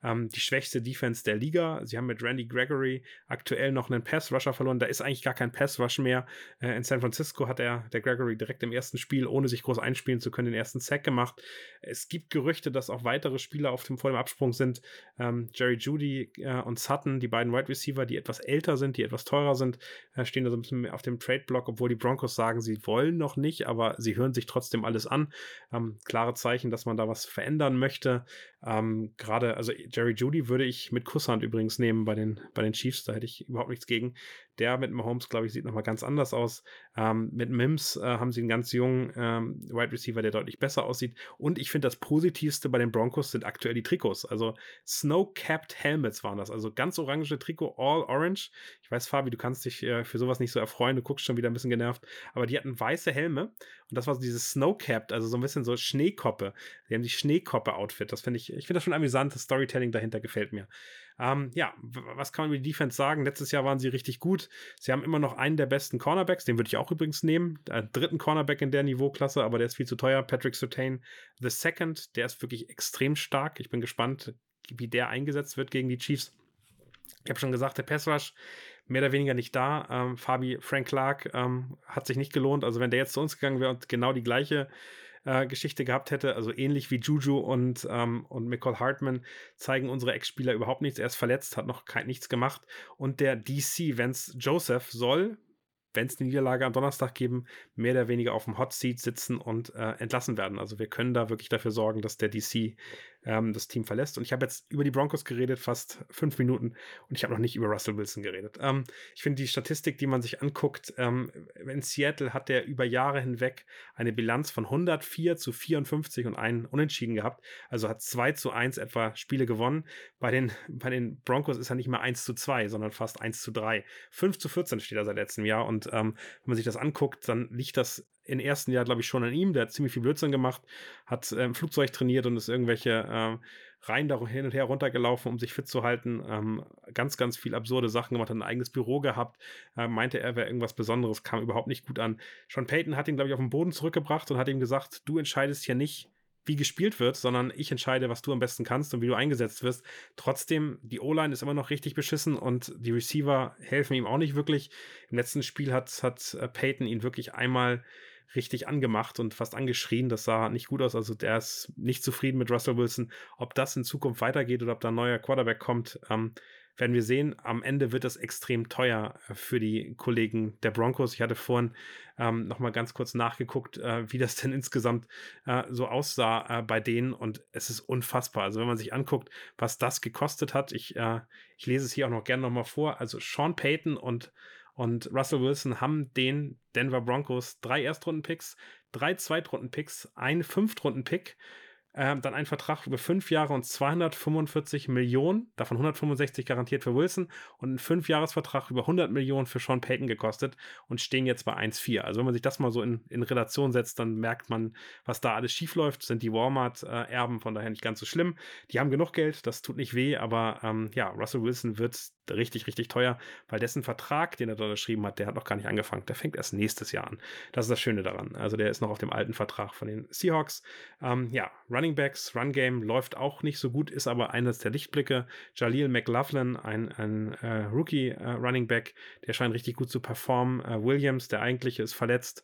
ähm, die schwächste Defense der Liga. Sie haben mit Randy Gregory aktuell noch einen Pass-Rusher verloren. Da ist eigentlich gar kein Pass-Rush mehr. Äh, in San Francisco hat er, der Gregory, direkt im ersten Spiel, ohne sich groß einspielen zu können, den ersten Sack gemacht. Es gibt Gerüchte, dass auch weitere Spieler auf dem, vor dem Absprung sind. Ähm, Jerry Jeudy äh, und Sutton, die beiden Wide Receiver, die etwas älter sind, die etwas teurer sind, äh, stehen da so ein bisschen auf dem Trade-Block, obwohl die Broncos sagen, sie wollen noch nicht, aber sie hören sich trotzdem alles an. Ähm, klare Zeichen, dass man da was verändern möchte. Ähm, Gerade, also Jerry Jeudy würde ich mit Kusshand übrigens nehmen bei den, bei den Chiefs, da hätte ich überhaupt nichts gegen. Der mit Mahomes, glaube ich, sieht nochmal ganz anders aus. Ähm, mit Mims äh, haben sie einen ganz jungen ähm, Wide Receiver, der deutlich besser aussieht. Und ich finde, das Positivste bei den Broncos sind aktuell die Trikots. Also Snow-Capped Helmets waren das. Also ganz orange Trikot, all orange. Ich weiß, Fabi, du kannst dich äh, für sowas nicht so erfreuen. Du guckst schon wieder ein bisschen genervt. Aber die hatten weiße Helme. Und das war so dieses Snow-Capped, also so ein bisschen so Schneekoppe. Die haben die Schneekoppe-Outfit. Das finde ich, ich finde das schon amüsant. Das Storytelling dahinter gefällt mir. Ähm, ja, was kann man über die Defense sagen? Letztes Jahr waren sie richtig gut. Sie haben immer noch einen der besten Cornerbacks, den würde ich auch übrigens nehmen. Einen dritten Cornerback in der Niveauklasse, aber der ist viel zu teuer. Patrick Surtain the Second, der ist wirklich extrem stark. Ich bin gespannt, wie der eingesetzt wird gegen die Chiefs. Ich habe schon gesagt, der Pass Rush mehr oder weniger nicht da. Ähm, Fabi, Frank Clark ähm, hat sich nicht gelohnt. Also wenn der jetzt zu uns gegangen wäre und genau die gleiche äh, Geschichte gehabt hätte, also ähnlich wie Juju und, ähm, und Mecole Hardman, zeigen unsere Ex-Spieler überhaupt nichts. Er ist verletzt, hat noch kein, nichts gemacht. Und der D C, Vance Joseph, soll, wenn es eine Niederlage am Donnerstag geben, mehr oder weniger auf dem Hot Seat sitzen und äh, entlassen werden. Also wir können da wirklich dafür sorgen, dass der D C ähm, das Team verlässt. Und ich habe jetzt über die Broncos geredet, fast fünf Minuten, und ich habe noch nicht über Russell Wilson geredet. Ähm, ich finde die Statistik, die man sich anguckt, ähm, in Seattle hat der über Jahre hinweg eine Bilanz von hundertvier zu vierundfünfzig und einen Unentschieden gehabt. Also hat zwei zu eins etwa Spiele gewonnen. Bei den, bei den Broncos ist er nicht mehr eins zu zwei, sondern fast eins zu drei. fünf zu vierzehn steht er seit letztem Jahr. Und ähm, wenn man sich das anguckt, dann liegt das im ersten Jahr, glaube ich, schon an ihm. Der hat ziemlich viel Blödsinn gemacht, hat äh, im Flugzeug trainiert und ist irgendwelche äh, Reihen da hin und her runtergelaufen, um sich fit zu halten. Ähm, ganz, ganz viel absurde Sachen gemacht, hat ein eigenes Büro gehabt, äh, meinte, er wäre irgendwas Besonderes, kam überhaupt nicht gut an. Sean Payton hat ihn, glaube ich, auf den Boden zurückgebracht und hat ihm gesagt, du entscheidest hier nicht, wie gespielt wird, sondern ich entscheide, was du am besten kannst und wie du eingesetzt wirst. Trotzdem, die O-Line ist immer noch richtig beschissen und die Receiver helfen ihm auch nicht wirklich. Im letzten Spiel hat, hat Peyton ihn wirklich einmal richtig angemacht und fast angeschrien. Das sah nicht gut aus. Also der ist nicht zufrieden mit Russell Wilson. Ob das in Zukunft weitergeht oder ob da ein neuer Quarterback kommt, ähm, werden wir sehen. Am Ende wird das extrem teuer für die Kollegen der Broncos. Ich hatte vorhin ähm, noch mal ganz kurz nachgeguckt, äh, wie das denn insgesamt äh, so aussah äh, bei denen, und es ist unfassbar. Also wenn man sich anguckt, was das gekostet hat, ich, äh, ich lese es hier auch noch gerne noch mal vor. Also Sean Payton und Und Russell Wilson haben den Denver Broncos drei Erstrunden-Picks, drei Zweitrunden-Picks, einen Fünftrunden-Pick, äh, dann einen Vertrag über fünf Jahre und zweihundertfünfundvierzig Millionen, davon hundertfünfundsechzig garantiert für Wilson, und einen Fünfjahresvertrag über hundert Millionen für Sean Payton gekostet und stehen jetzt bei eins Komma vier. Also wenn man sich das mal so in, in Relation setzt, dann merkt man, was da alles schief läuft. Sind die Walmart-Erben, von daher nicht ganz so schlimm. Die haben genug Geld, das tut nicht weh, aber ähm, ja, Russell Wilson wird richtig, richtig teuer, weil dessen Vertrag, den er da unterschrieben hat, der hat noch gar nicht angefangen. Der fängt erst nächstes Jahr an. Das ist das Schöne daran. Also der ist noch auf dem alten Vertrag von den Seahawks. Ähm, ja, Running Backs, Run Game läuft auch nicht so gut, ist aber eines der Lichtblicke. Jaleel McLaughlin, ein, ein äh, Rookie äh, Running Back, der scheint richtig gut zu performen. Äh, Williams, der eigentliche, ist verletzt.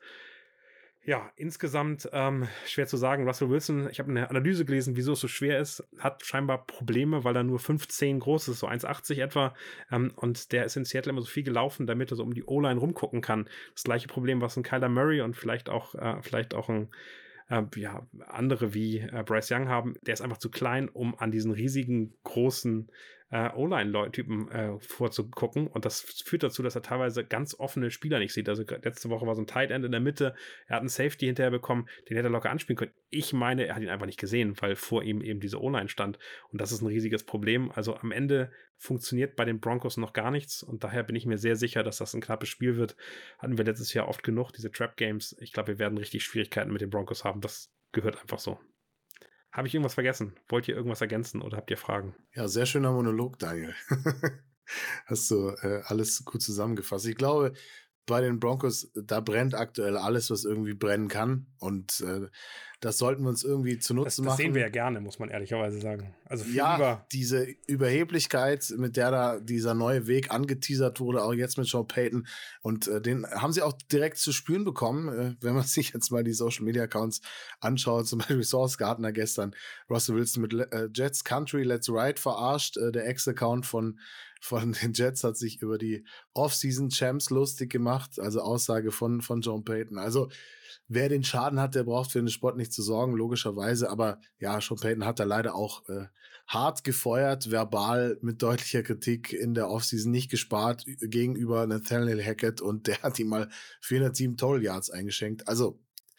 Ja, insgesamt ähm, schwer zu sagen. Russell Wilson, ich habe eine Analyse gelesen, wieso es so schwer ist, hat scheinbar Probleme, weil er nur fünf zehn groß ist, so eins achtzig etwa. Ähm, und der ist in Seattle immer so viel gelaufen, damit er so um die O-Line rumgucken kann. Das gleiche Problem, was ein Kyler Murray und vielleicht auch, äh, vielleicht auch ein äh, ja, andere wie äh, Bryce Young haben. Der ist einfach zu klein, um an diesen riesigen, großen äh, O-Line-Typen äh, vorzugucken, und das führt dazu, dass er teilweise ganz offene Spieler nicht sieht. Also letzte Woche war so ein Tight End in der Mitte, er hat einen Safety hinterher bekommen, den hätte er locker anspielen können. Ich meine, er hat ihn einfach nicht gesehen, weil vor ihm eben diese O-Line stand, und das ist ein riesiges Problem. Also am Ende funktioniert bei den Broncos noch gar nichts, und daher bin ich mir sehr sicher, dass das ein knappes Spiel wird. Hatten wir letztes Jahr oft genug, diese Trap-Games. Ich glaube, wir werden richtig Schwierigkeiten mit den Broncos haben. Das gehört einfach so. Habe ich irgendwas vergessen? Wollt ihr irgendwas ergänzen oder habt ihr Fragen? Ja, sehr schöner Monolog, Daniel. Hast du äh, alles gut zusammengefasst. Ich glaube, bei den Broncos, da brennt aktuell alles, was irgendwie brennen kann. Und äh, das sollten wir uns irgendwie zunutze Das, das machen. sehen wir ja gerne, muss man ehrlicherweise sagen. Also viel Ja, lieber. diese Überheblichkeit, mit der da dieser neue Weg angeteasert wurde, auch jetzt mit Sean Payton. Und äh, den haben sie auch direkt zu spüren bekommen, äh, wenn man sich jetzt mal die Social-Media-Accounts anschaut. Zum Beispiel Source Gardner gestern, Russell Wilson mit äh, Jets Country Let's Ride verarscht. Äh, der Ex-Account von von den Jets hat sich über die Off-Season-Champs lustig gemacht, also Aussage von, von John Payton. Also wer den Schaden hat, der braucht für den Sport nicht zu sorgen, logischerweise. Aber ja, Sean Payton hat da leider auch äh, hart gefeuert, verbal mit deutlicher Kritik in der Offseason nicht gespart gegenüber Nathaniel Hackett und der hat ihm mal vierhundertsieben Total Yards eingeschenkt. Also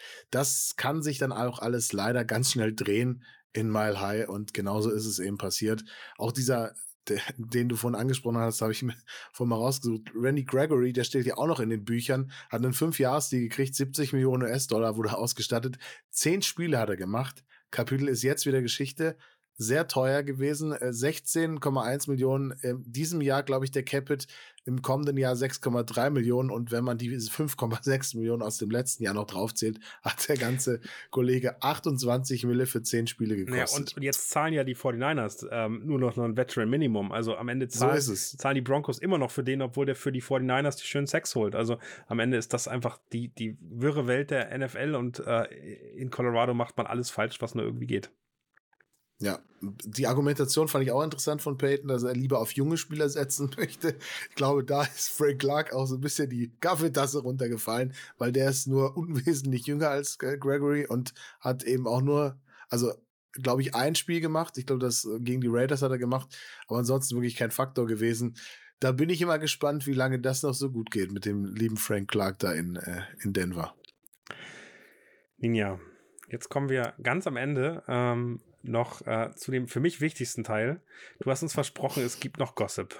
das kann sich dann auch alles leider ganz schnell drehen in Mile High und genauso ist es eben passiert. Auch dieser Der, den du vorhin angesprochen hast, habe ich mir vorhin mal rausgesucht. Randy Gregory, der steht ja auch noch in den Büchern, hat einen fünf-Jahres-Deal gekriegt, siebzig Millionen U S-Dollar wurde ausgestattet. Zehn Spiele hat er gemacht. Kapitel ist jetzt wieder Geschichte. Sehr teuer gewesen. sechzehn Komma eins Millionen in diesem Jahr, glaube ich, der Capit. Im kommenden Jahr sechs Komma drei Millionen. Und wenn man die fünf Komma sechs Millionen aus dem letzten Jahr noch draufzählt, hat der ganze Kollege achtundzwanzig Mille für zehn Spiele gekostet. Ja, und jetzt zahlen ja die forty-niners ähm, nur noch ein Veteran Minimum. Also am Ende zahlen, so ist es. zahlen die Broncos immer noch für den, obwohl der für die forty-niners die schönen Sex holt. Also am Ende ist das einfach die, die wirre Welt der N F L und äh, in Colorado macht man alles falsch, was nur irgendwie geht. Ja, die Argumentation fand ich auch interessant von Payton, dass er lieber auf junge Spieler setzen möchte. Ich glaube, da ist Frank Clark auch so ein bisschen die Kaffeetasse runtergefallen, weil der ist nur unwesentlich jünger als Gregory und hat eben auch nur, also glaube ich, ein Spiel gemacht. Ich glaube, das gegen die Raiders hat er gemacht, aber ansonsten wirklich kein Faktor gewesen. Da bin ich immer gespannt, wie lange das noch so gut geht mit dem lieben Frank Clark da in, äh, in Denver. Ninja, jetzt kommen wir ganz am Ende ähm, noch äh, zu dem für mich wichtigsten Teil. Du hast uns versprochen, es gibt noch Gossip.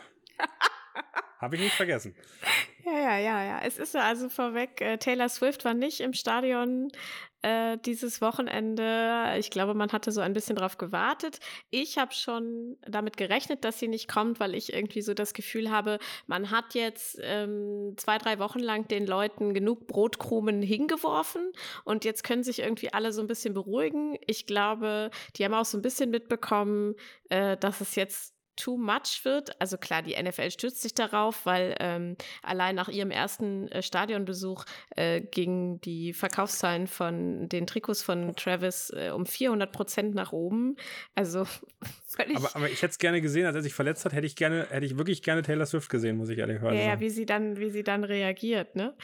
Habe ich nicht vergessen. Ja, ja, ja, ja. Es ist also vorweg, äh, Taylor Swift war nicht im Stadion äh, dieses Wochenende. Ich glaube, man hatte so ein bisschen drauf gewartet. Ich habe schon damit gerechnet, dass sie nicht kommt, weil ich irgendwie so das Gefühl habe, man hat jetzt ähm, zwei, drei Wochen lang den Leuten genug Brotkrumen hingeworfen und jetzt können sich irgendwie alle so ein bisschen beruhigen. Ich glaube, die haben auch so ein bisschen mitbekommen, äh, dass es jetzt too much wird. Also klar, die N F L stützt sich darauf, weil ähm, allein nach ihrem ersten äh, Stadionbesuch äh, gingen die Verkaufszahlen von den Trikots von Travis äh, um vierhundert Prozent nach oben. Also völlig... Aber, aber ich hätte es gerne gesehen, als er sich verletzt hat, hätte ich gerne, hätte ich wirklich gerne Taylor Swift gesehen, muss ich ehrlich sagen. Ja, ja, wie sie dann, wie sie dann reagiert, ne?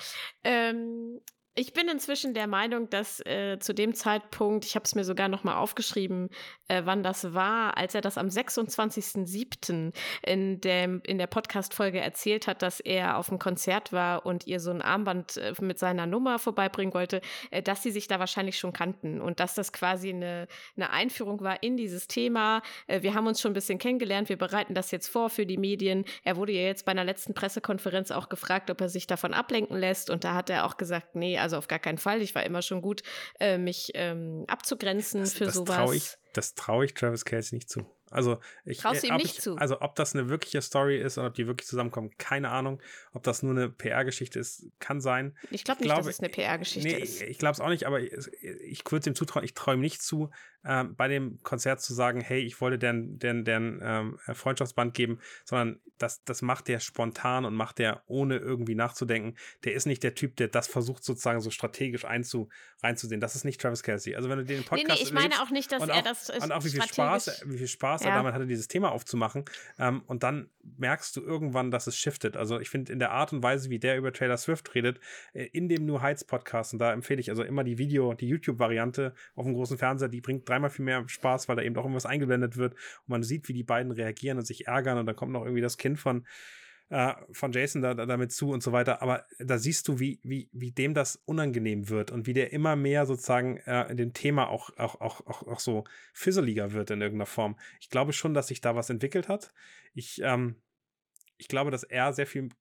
Ähm, Ich bin inzwischen der Meinung, dass äh, zu dem Zeitpunkt, ich habe es mir sogar noch mal aufgeschrieben, äh, wann das war, als er das am sechsundzwanzigsten siebten in, dem, in der Podcast-Folge erzählt hat, dass er auf einem Konzert war und ihr so ein Armband äh, mit seiner Nummer vorbeibringen wollte, äh, dass sie sich da wahrscheinlich schon kannten und dass das quasi eine, eine Einführung war in dieses Thema. Äh, wir haben uns schon ein bisschen kennengelernt, wir bereiten das jetzt vor für die Medien. Er wurde ja jetzt bei einer letzten Pressekonferenz auch gefragt, ob er sich davon ablenken lässt und da hat er auch gesagt, nee, also auf gar keinen Fall. Ich war immer schon gut, äh, mich ähm, abzugrenzen das, für das sowas. Trau ich, das traue ich Travis Kelce nicht zu. Also ich Traust äh, ihm ob nicht ich, zu? Also ob das eine wirkliche Story ist und ob die wirklich zusammenkommen, keine Ahnung. Ob das nur eine P R-Geschichte ist, kann sein. Ich glaube nicht, dass es eine P R-Geschichte nee, ist. Ich glaube es auch nicht, aber ich, ich würde es ihm zutrauen, ich traue ihm nicht zu, ähm, bei dem Konzert zu sagen, hey, ich wollte deren, deren, deren ähm, Freundschaftsband geben, sondern das, das macht der spontan und macht der ohne irgendwie nachzudenken. Der ist nicht der Typ, der das versucht sozusagen so strategisch einzu, reinzusehen. Das ist nicht Travis Kelce. Also wenn du den Podcast Nee, nee, ich meine erlebst auch nicht, dass und er auch, das äh, und auch wie viel Spaß, wie viel Spaß Ja. er damit hatte, dieses Thema aufzumachen. Ähm, und dann merkst du irgendwann, dass es shiftet. Also ich finde in der Art und Weise, wie der über Taylor Swift redet, äh, in dem New Heights Podcast, und da empfehle ich also immer die Video, die YouTube-Variante auf dem großen Fernseher, die bringt dreimal viel mehr Spaß, weil da eben auch irgendwas eingeblendet wird und man sieht, wie die beiden reagieren und sich ärgern und dann kommt noch irgendwie das Kind von äh, von Jason da, da damit zu und so weiter, aber da siehst du, wie, wie, wie dem das unangenehm wird und wie der immer mehr sozusagen äh, in dem Thema auch, auch, auch, auch, auch so fizzeliger wird in irgendeiner Form. Ich glaube schon, dass sich da was entwickelt hat. Ich, ähm, ich glaube, dass er sehr viel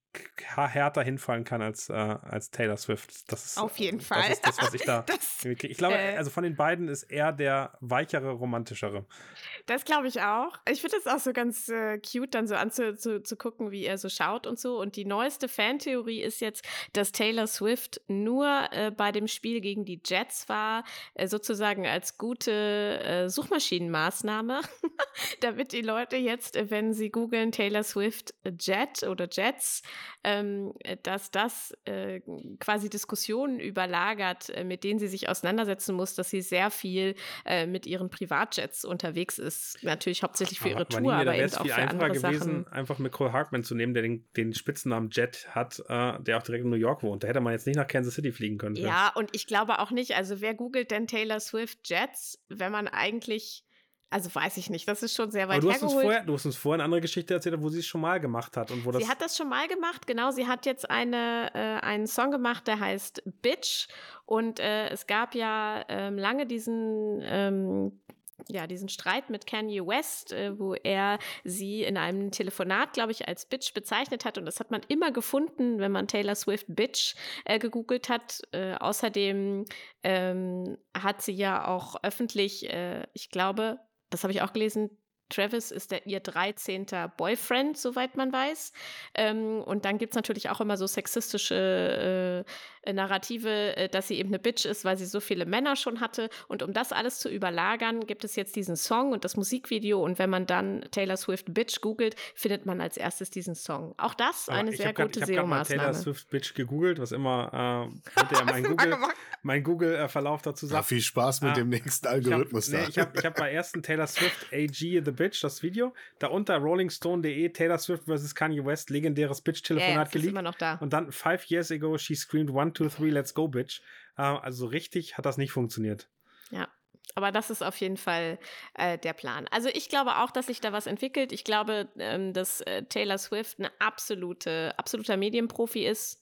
härter hinfallen kann als, äh, als Taylor Swift. Das ist, Auf jeden das Fall. ist das, was ich da Das, kriege. Ich glaube, äh, also von den beiden ist er der weichere, romantischere. Das glaube ich auch. Ich finde es auch so ganz äh, cute, dann so anzugucken, zu, zu gucken, wie er so schaut und so. Und die neueste Fantheorie ist jetzt, dass Taylor Swift nur äh, bei dem Spiel gegen die Jets war, äh, sozusagen als gute äh, Suchmaschinenmaßnahme, damit die Leute jetzt, äh, wenn sie googeln Taylor Swift Jet oder Jets, ähm, äh, dass das äh, quasi Diskussionen überlagert, äh, mit denen sie sich auseinandersetzen muss, dass sie sehr viel äh, mit ihren Privatjets unterwegs ist. Natürlich hauptsächlich für ihre aber, Tour, Nina, aber da wäre eben es auch viel für einfacher andere gewesen, Sachen. einfach Nicole Hartman zu nehmen, der den, den Spitznamen Jet hat, äh, der auch direkt in New York wohnt. Da hätte man jetzt nicht nach Kansas City fliegen können. Für. Ja, und ich glaube auch nicht, also wer googelt denn Taylor Swift Jets, wenn man eigentlich, also weiß ich nicht, das ist schon sehr weit aber du hast, uns hergeholt. vorher, du hast uns vorher eine andere Geschichte erzählt, wo sie es schon mal gemacht hat. Und wo das Sie hat das schon mal gemacht, genau. Sie hat jetzt eine, äh, einen Song gemacht, der heißt Bitch. Und äh, es gab ja ähm, lange diesen, ähm, ja, diesen Streit mit Kanye West, äh, wo er sie in einem Telefonat, glaube ich, als Bitch bezeichnet hat. Und das hat man immer gefunden, wenn man Taylor Swift Bitch äh, gegoogelt hat. Äh, außerdem ähm, hat sie ja auch öffentlich, äh, ich glaube, das habe ich auch gelesen, Travis ist der, ihr dreizehnter Boyfriend, soweit man weiß. Ähm, und dann gibt es natürlich auch immer so sexistische äh, Narrative, äh, dass sie eben eine Bitch ist, weil sie so viele Männer schon hatte. Und um das alles zu überlagern, gibt es jetzt diesen Song und das Musikvideo. Und wenn man dann Taylor Swift Bitch googelt, findet man als erstes diesen Song. Auch das Aber eine ich sehr hab grad, gute ich habe gerade mal Taylor SEO-Maßnahme. Swift Bitch gegoogelt, was immer äh, hinterher mein Google, mein Google-Verlauf dazu Ja, sagt. viel Spaß mit Ah, dem nächsten Algorithmus Ich habe da. nee, ich hab, ich hab bei ersten Taylor Swift A G The Bitch, das Video, darunter rollingstone punkt de Taylor Swift versus Kanye West, legendäres Ja, ja, Bitch-Telefonat das ist geleakt. immer noch da. Und dann five years ago, she screamed one, two, three, let's go, bitch. Äh, also so richtig hat das nicht funktioniert. Ja, aber das ist auf jeden Fall äh, der Plan. Also ich glaube auch, dass sich da was entwickelt. Ich glaube, ähm, dass äh, Taylor Swift eine absolute, absoluter Medienprofi ist.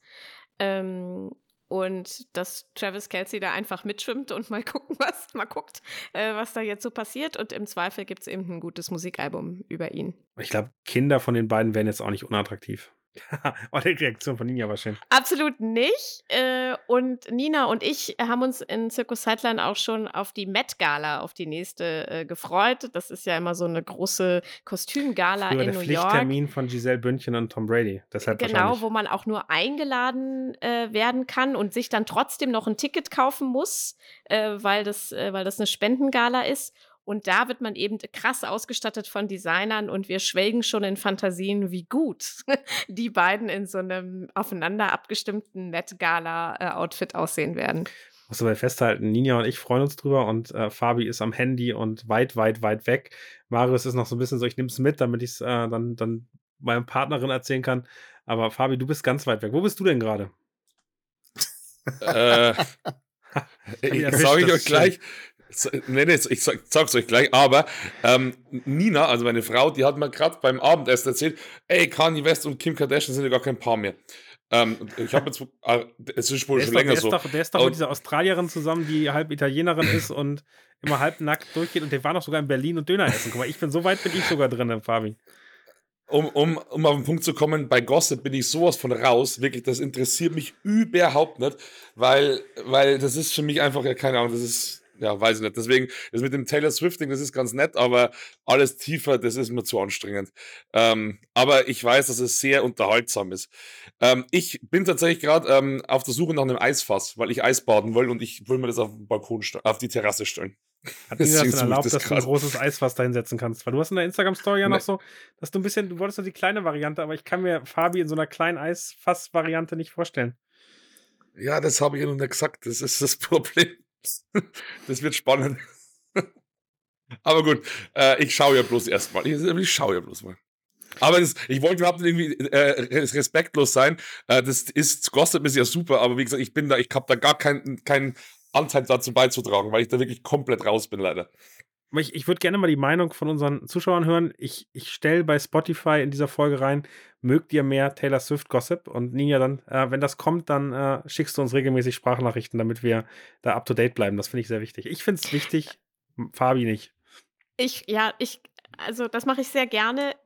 Ähm, und dass Travis Kelce da einfach mitschwimmt und mal gucken, was, mal guckt, äh, was da jetzt so passiert. Und im Zweifel gibt es eben ein gutes Musikalbum über ihn. Ich glaube, Kinder von den beiden wären jetzt auch nicht unattraktiv. Oh, die Reaktion von Ninja war schön. Absolut nicht. Äh, und Nina und ich haben uns in Circus Sideline auch schon auf die Met Gala, auf die nächste, äh, gefreut. Das ist ja immer so eine große Kostümgala Früher in der New York. Pflichttermin von Giselle Bündchen und Tom Brady. Deshalb Genau, wahrscheinlich. wo man auch nur eingeladen äh, werden kann und sich dann trotzdem noch ein Ticket kaufen muss, äh, weil das, äh, weil das eine Spendengala ist. Und da wird man eben krass ausgestattet von Designern und wir schwelgen schon in Fantasien, wie gut die beiden in so einem aufeinander abgestimmten Met-Gala-Outfit aussehen werden. Musst du aber festhalten, Ninja und ich freuen uns drüber und äh, Fabi ist am Handy und weit, weit, weit weg. Marius ist noch so ein bisschen so, ich nehme es mit, damit ich es äh, dann, dann meiner Partnerin erzählen kann. Aber Fabi, du bist ganz weit weg. Wo bist du denn gerade? äh, ich sage ich euch gleich. Nee, nee, ich sag, sag's euch gleich, aber ähm, Nina, also meine Frau, die hat mir gerade beim Abendessen erzählt, ey, Kanye West und Kim Kardashian sind ja gar kein Paar mehr. Ähm, ich habe jetzt, äh, es ist wohl Der schon ist, doch, länger der, so. ist doch, der ist doch Und- mit dieser Australierin zusammen, die halb Italienerin ist und immer halb nackt durchgeht und der war noch sogar in Berlin und Döner essen. Guck mal, ich bin so weit, bin ich sogar drin, Fabi. Um, um, um auf den Punkt zu kommen, bei Gossip bin ich sowas von raus. Wirklich, das interessiert mich überhaupt nicht, weil, weil das ist für mich einfach, ja, keine Ahnung, das ist, ja, weiß ich nicht. Deswegen, das mit dem Taylor Swift-Ding, das ist ganz nett, aber alles tiefer, das ist mir zu anstrengend. Ähm, aber ich weiß, dass es sehr unterhaltsam ist. Ähm, ich bin tatsächlich gerade ähm, auf der Suche nach einem Eisfass, weil ich Eisbaden will und ich will mir das auf den Balkon, sta- auf die Terrasse stellen. Hat Nina das Deswegen denn suche ich erlaubt, das dass du ein grad. großes Eisfass da hinsetzen kannst? Weil du hast in der Instagram-Story ja noch Nee. so, dass du ein bisschen, du wolltest nur die kleine Variante, aber ich kann mir Fabi in so einer kleinen Eisfass-Variante nicht vorstellen. Ja, das habe ich ja noch nicht gesagt. Das ist das Problem. Das wird spannend. Aber gut, äh, ich schaue ja bloß erstmal. Ich, ich schaue ja bloß mal. Aber das, ich wollte überhaupt nicht irgendwie äh, respektlos sein. Äh, das ist, Gossip ist ja super, aber wie gesagt, ich bin da, ich habe da gar keinen keinen Anteil dazu beizutragen, weil ich da wirklich komplett raus bin, leider. Aber ich, ich würde gerne mal die Meinung von unseren Zuschauern hören. Ich, ich stelle bei Spotify in dieser Folge rein, mögt ihr mehr Taylor Swift Gossip? Und Ninja, dann, äh, wenn das kommt, dann äh, schickst du uns regelmäßig Sprachnachrichten, damit wir da up to date bleiben. Das finde ich sehr wichtig. Ich finde es wichtig, Fabi nicht. Ich, ja, ich, also das mache ich sehr gerne.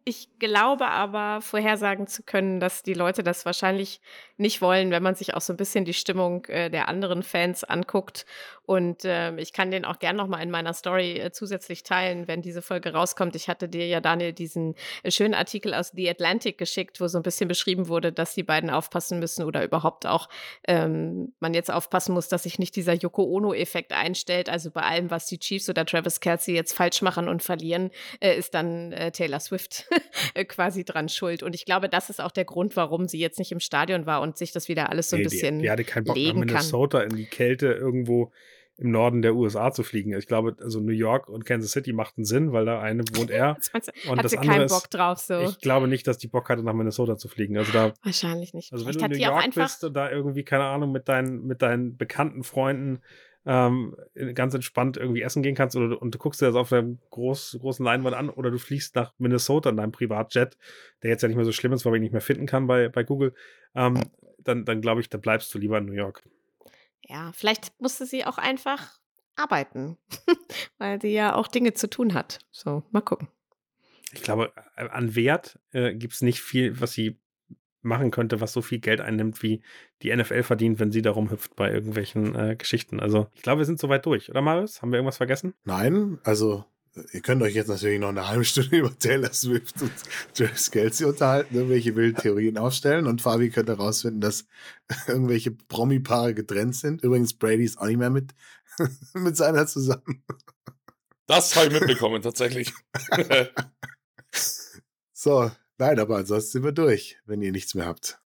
Ich glaube aber, vorhersagen zu können, dass die Leute das wahrscheinlich nicht wollen, wenn man sich auch so ein bisschen die Stimmung äh, der anderen Fans anguckt. Und ähm, ich kann den auch gern nochmal in meiner Story äh, zusätzlich teilen, wenn diese Folge rauskommt. Ich hatte dir ja, Daniel, diesen äh, schönen Artikel aus The Atlantic geschickt, wo so ein bisschen beschrieben wurde, dass die beiden aufpassen müssen oder überhaupt auch ähm, man jetzt aufpassen muss, dass sich nicht dieser Yoko Ono-Effekt einstellt. Also bei allem, was die Chiefs oder Travis Kelce jetzt falsch machen und verlieren, äh, ist dann äh, Taylor Swift quasi dran schuld. Und ich glaube, das ist auch der Grund, warum sie jetzt nicht im Stadion war und sich das wieder alles so ein Nee, bisschen die, die hatte keinen Bock nach legen kann. Minnesota in die Kälte irgendwo im Norden der U S A zu fliegen. Ich glaube, also New York und Kansas City machten Sinn, weil da eine wohnt er. Jetzt meinst du, Und hat das sie andere keinen ist, Bock drauf so. ich glaube nicht, dass die Bock hatte, nach Minnesota zu fliegen. Also da, Wahrscheinlich nicht. also wenn Vielleicht du in hat New die auch York einfach bist und da irgendwie, keine Ahnung, mit deinen, mit deinen bekannten Freunden ähm, ganz entspannt irgendwie essen gehen kannst oder, und du guckst dir das auf der groß, großen Leinwand an oder du fliegst nach Minnesota in deinem Privatjet, der jetzt ja nicht mehr so schlimm ist, weil ich ihn nicht mehr finden kann bei, bei Google, ähm, dann, dann glaube ich, da bleibst du lieber in New York. Ja, vielleicht musste sie auch einfach arbeiten, weil sie ja auch Dinge zu tun hat. So, mal gucken. Ich glaube, äh, an Wert äh, gibt es nicht viel, was sie machen könnte, was so viel Geld einnimmt, wie die N F L verdient, wenn sie darum hüpft bei irgendwelchen äh, Geschichten. Also ich glaube, wir sind soweit durch, oder Marius? Haben wir irgendwas vergessen? Nein, also ihr könnt euch jetzt natürlich noch eine halbe Stunde über Taylor Swift und Travis Kelce unterhalten, irgendwelche wilden Theorien aufstellen und Fabi könnte herausfinden, dass irgendwelche Promi-Paare getrennt sind. Übrigens, Brady ist auch nicht mehr mit, mit seiner zusammen. Das habe ich mitbekommen, tatsächlich. So, nein, aber ansonsten sind wir durch, wenn ihr nichts mehr habt.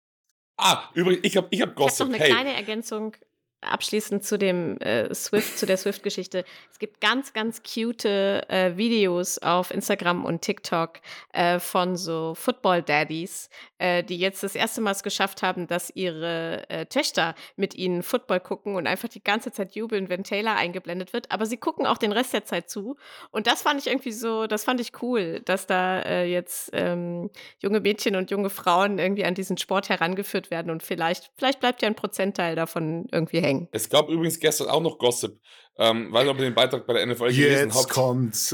Ah, übrigens, ich habe ich hab Ich habe Gossip. noch eine Hey, kleine Ergänzung abschließend zu dem äh, Swift, zu der Swift-Geschichte. Es gibt ganz, ganz cute äh, Videos auf Instagram und TikTok äh, von so Football-Daddies, äh, die jetzt das erste Mal es geschafft haben, dass ihre äh, Töchter mit ihnen Football gucken und einfach die ganze Zeit jubeln, wenn Taylor eingeblendet wird. Aber sie gucken auch den Rest der Zeit zu. Und das fand ich irgendwie so, das fand ich cool, dass da äh, jetzt ähm, junge Mädchen und junge Frauen irgendwie an diesen Sport herangeführt werden und vielleicht, vielleicht bleibt ja ein Prozentteil davon irgendwie hängen. es gab übrigens gestern auch noch Gossip. Ähm, weiß nicht, ob ihr den Beitrag bei der N F L gelesen Jetzt habt. kommt's.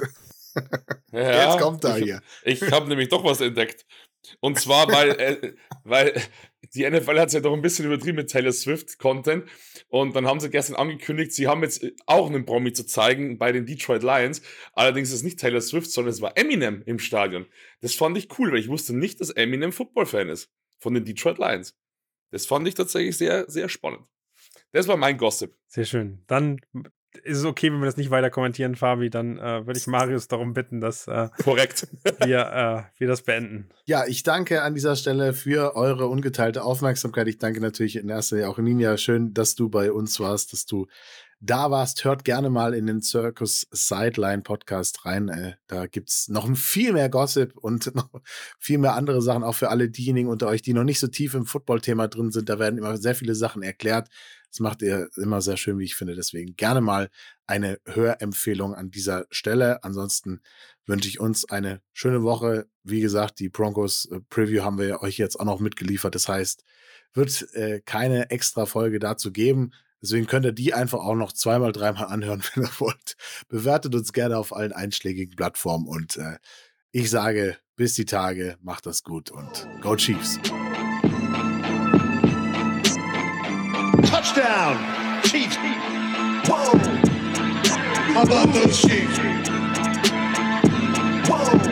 Ja, Jetzt kommt er ich, hier. Ich habe nämlich doch was entdeckt. Und zwar, weil, äh, weil die N F L hat es ja doch ein bisschen übertrieben mit Taylor Swift-Content. Und dann haben sie gestern angekündigt, sie haben jetzt auch einen Promi zu zeigen bei den Detroit Lions. Allerdings ist es nicht Taylor Swift, sondern es war Eminem im Stadion. Das fand ich cool, weil ich wusste nicht, dass Eminem Football-Fan ist von den Detroit Lions. Das fand ich tatsächlich sehr, sehr spannend. Das war mein Gossip. Sehr schön. Dann ist es okay, wenn wir das nicht weiter kommentieren, Fabi. Dann äh, würde ich Marius darum bitten, dass äh, Korrekt. wir, äh, wir das beenden. Ja, ich danke an dieser Stelle für eure ungeteilte Aufmerksamkeit. Ich danke natürlich in erster Linie auch Ninja. Schön, dass du bei uns warst, dass du da warst. Hört gerne mal in den Circus Sideline Podcast rein. Äh, da gibt es noch viel mehr Gossip und noch viel mehr andere Sachen, auch für alle diejenigen unter euch, die noch nicht so tief im Football-Thema drin sind. Da werden immer sehr viele Sachen erklärt. Das macht ihr immer sehr schön, wie ich finde. Deswegen gerne mal eine Hörempfehlung an dieser Stelle. Ansonsten wünsche ich uns eine schöne Woche. Wie gesagt, die Broncos-Preview haben wir euch jetzt auch noch mitgeliefert. Das heißt, wird äh, keine extra Folge dazu geben. Deswegen könnt ihr die einfach auch noch zweimal, dreimal anhören, wenn ihr wollt. Bewertet uns gerne auf allen einschlägigen Plattformen. Und äh, ich sage, bis die Tage, macht das gut und go Chiefs. Touchdown, Chiefs. Whoa. How about those Chiefs? Whoa.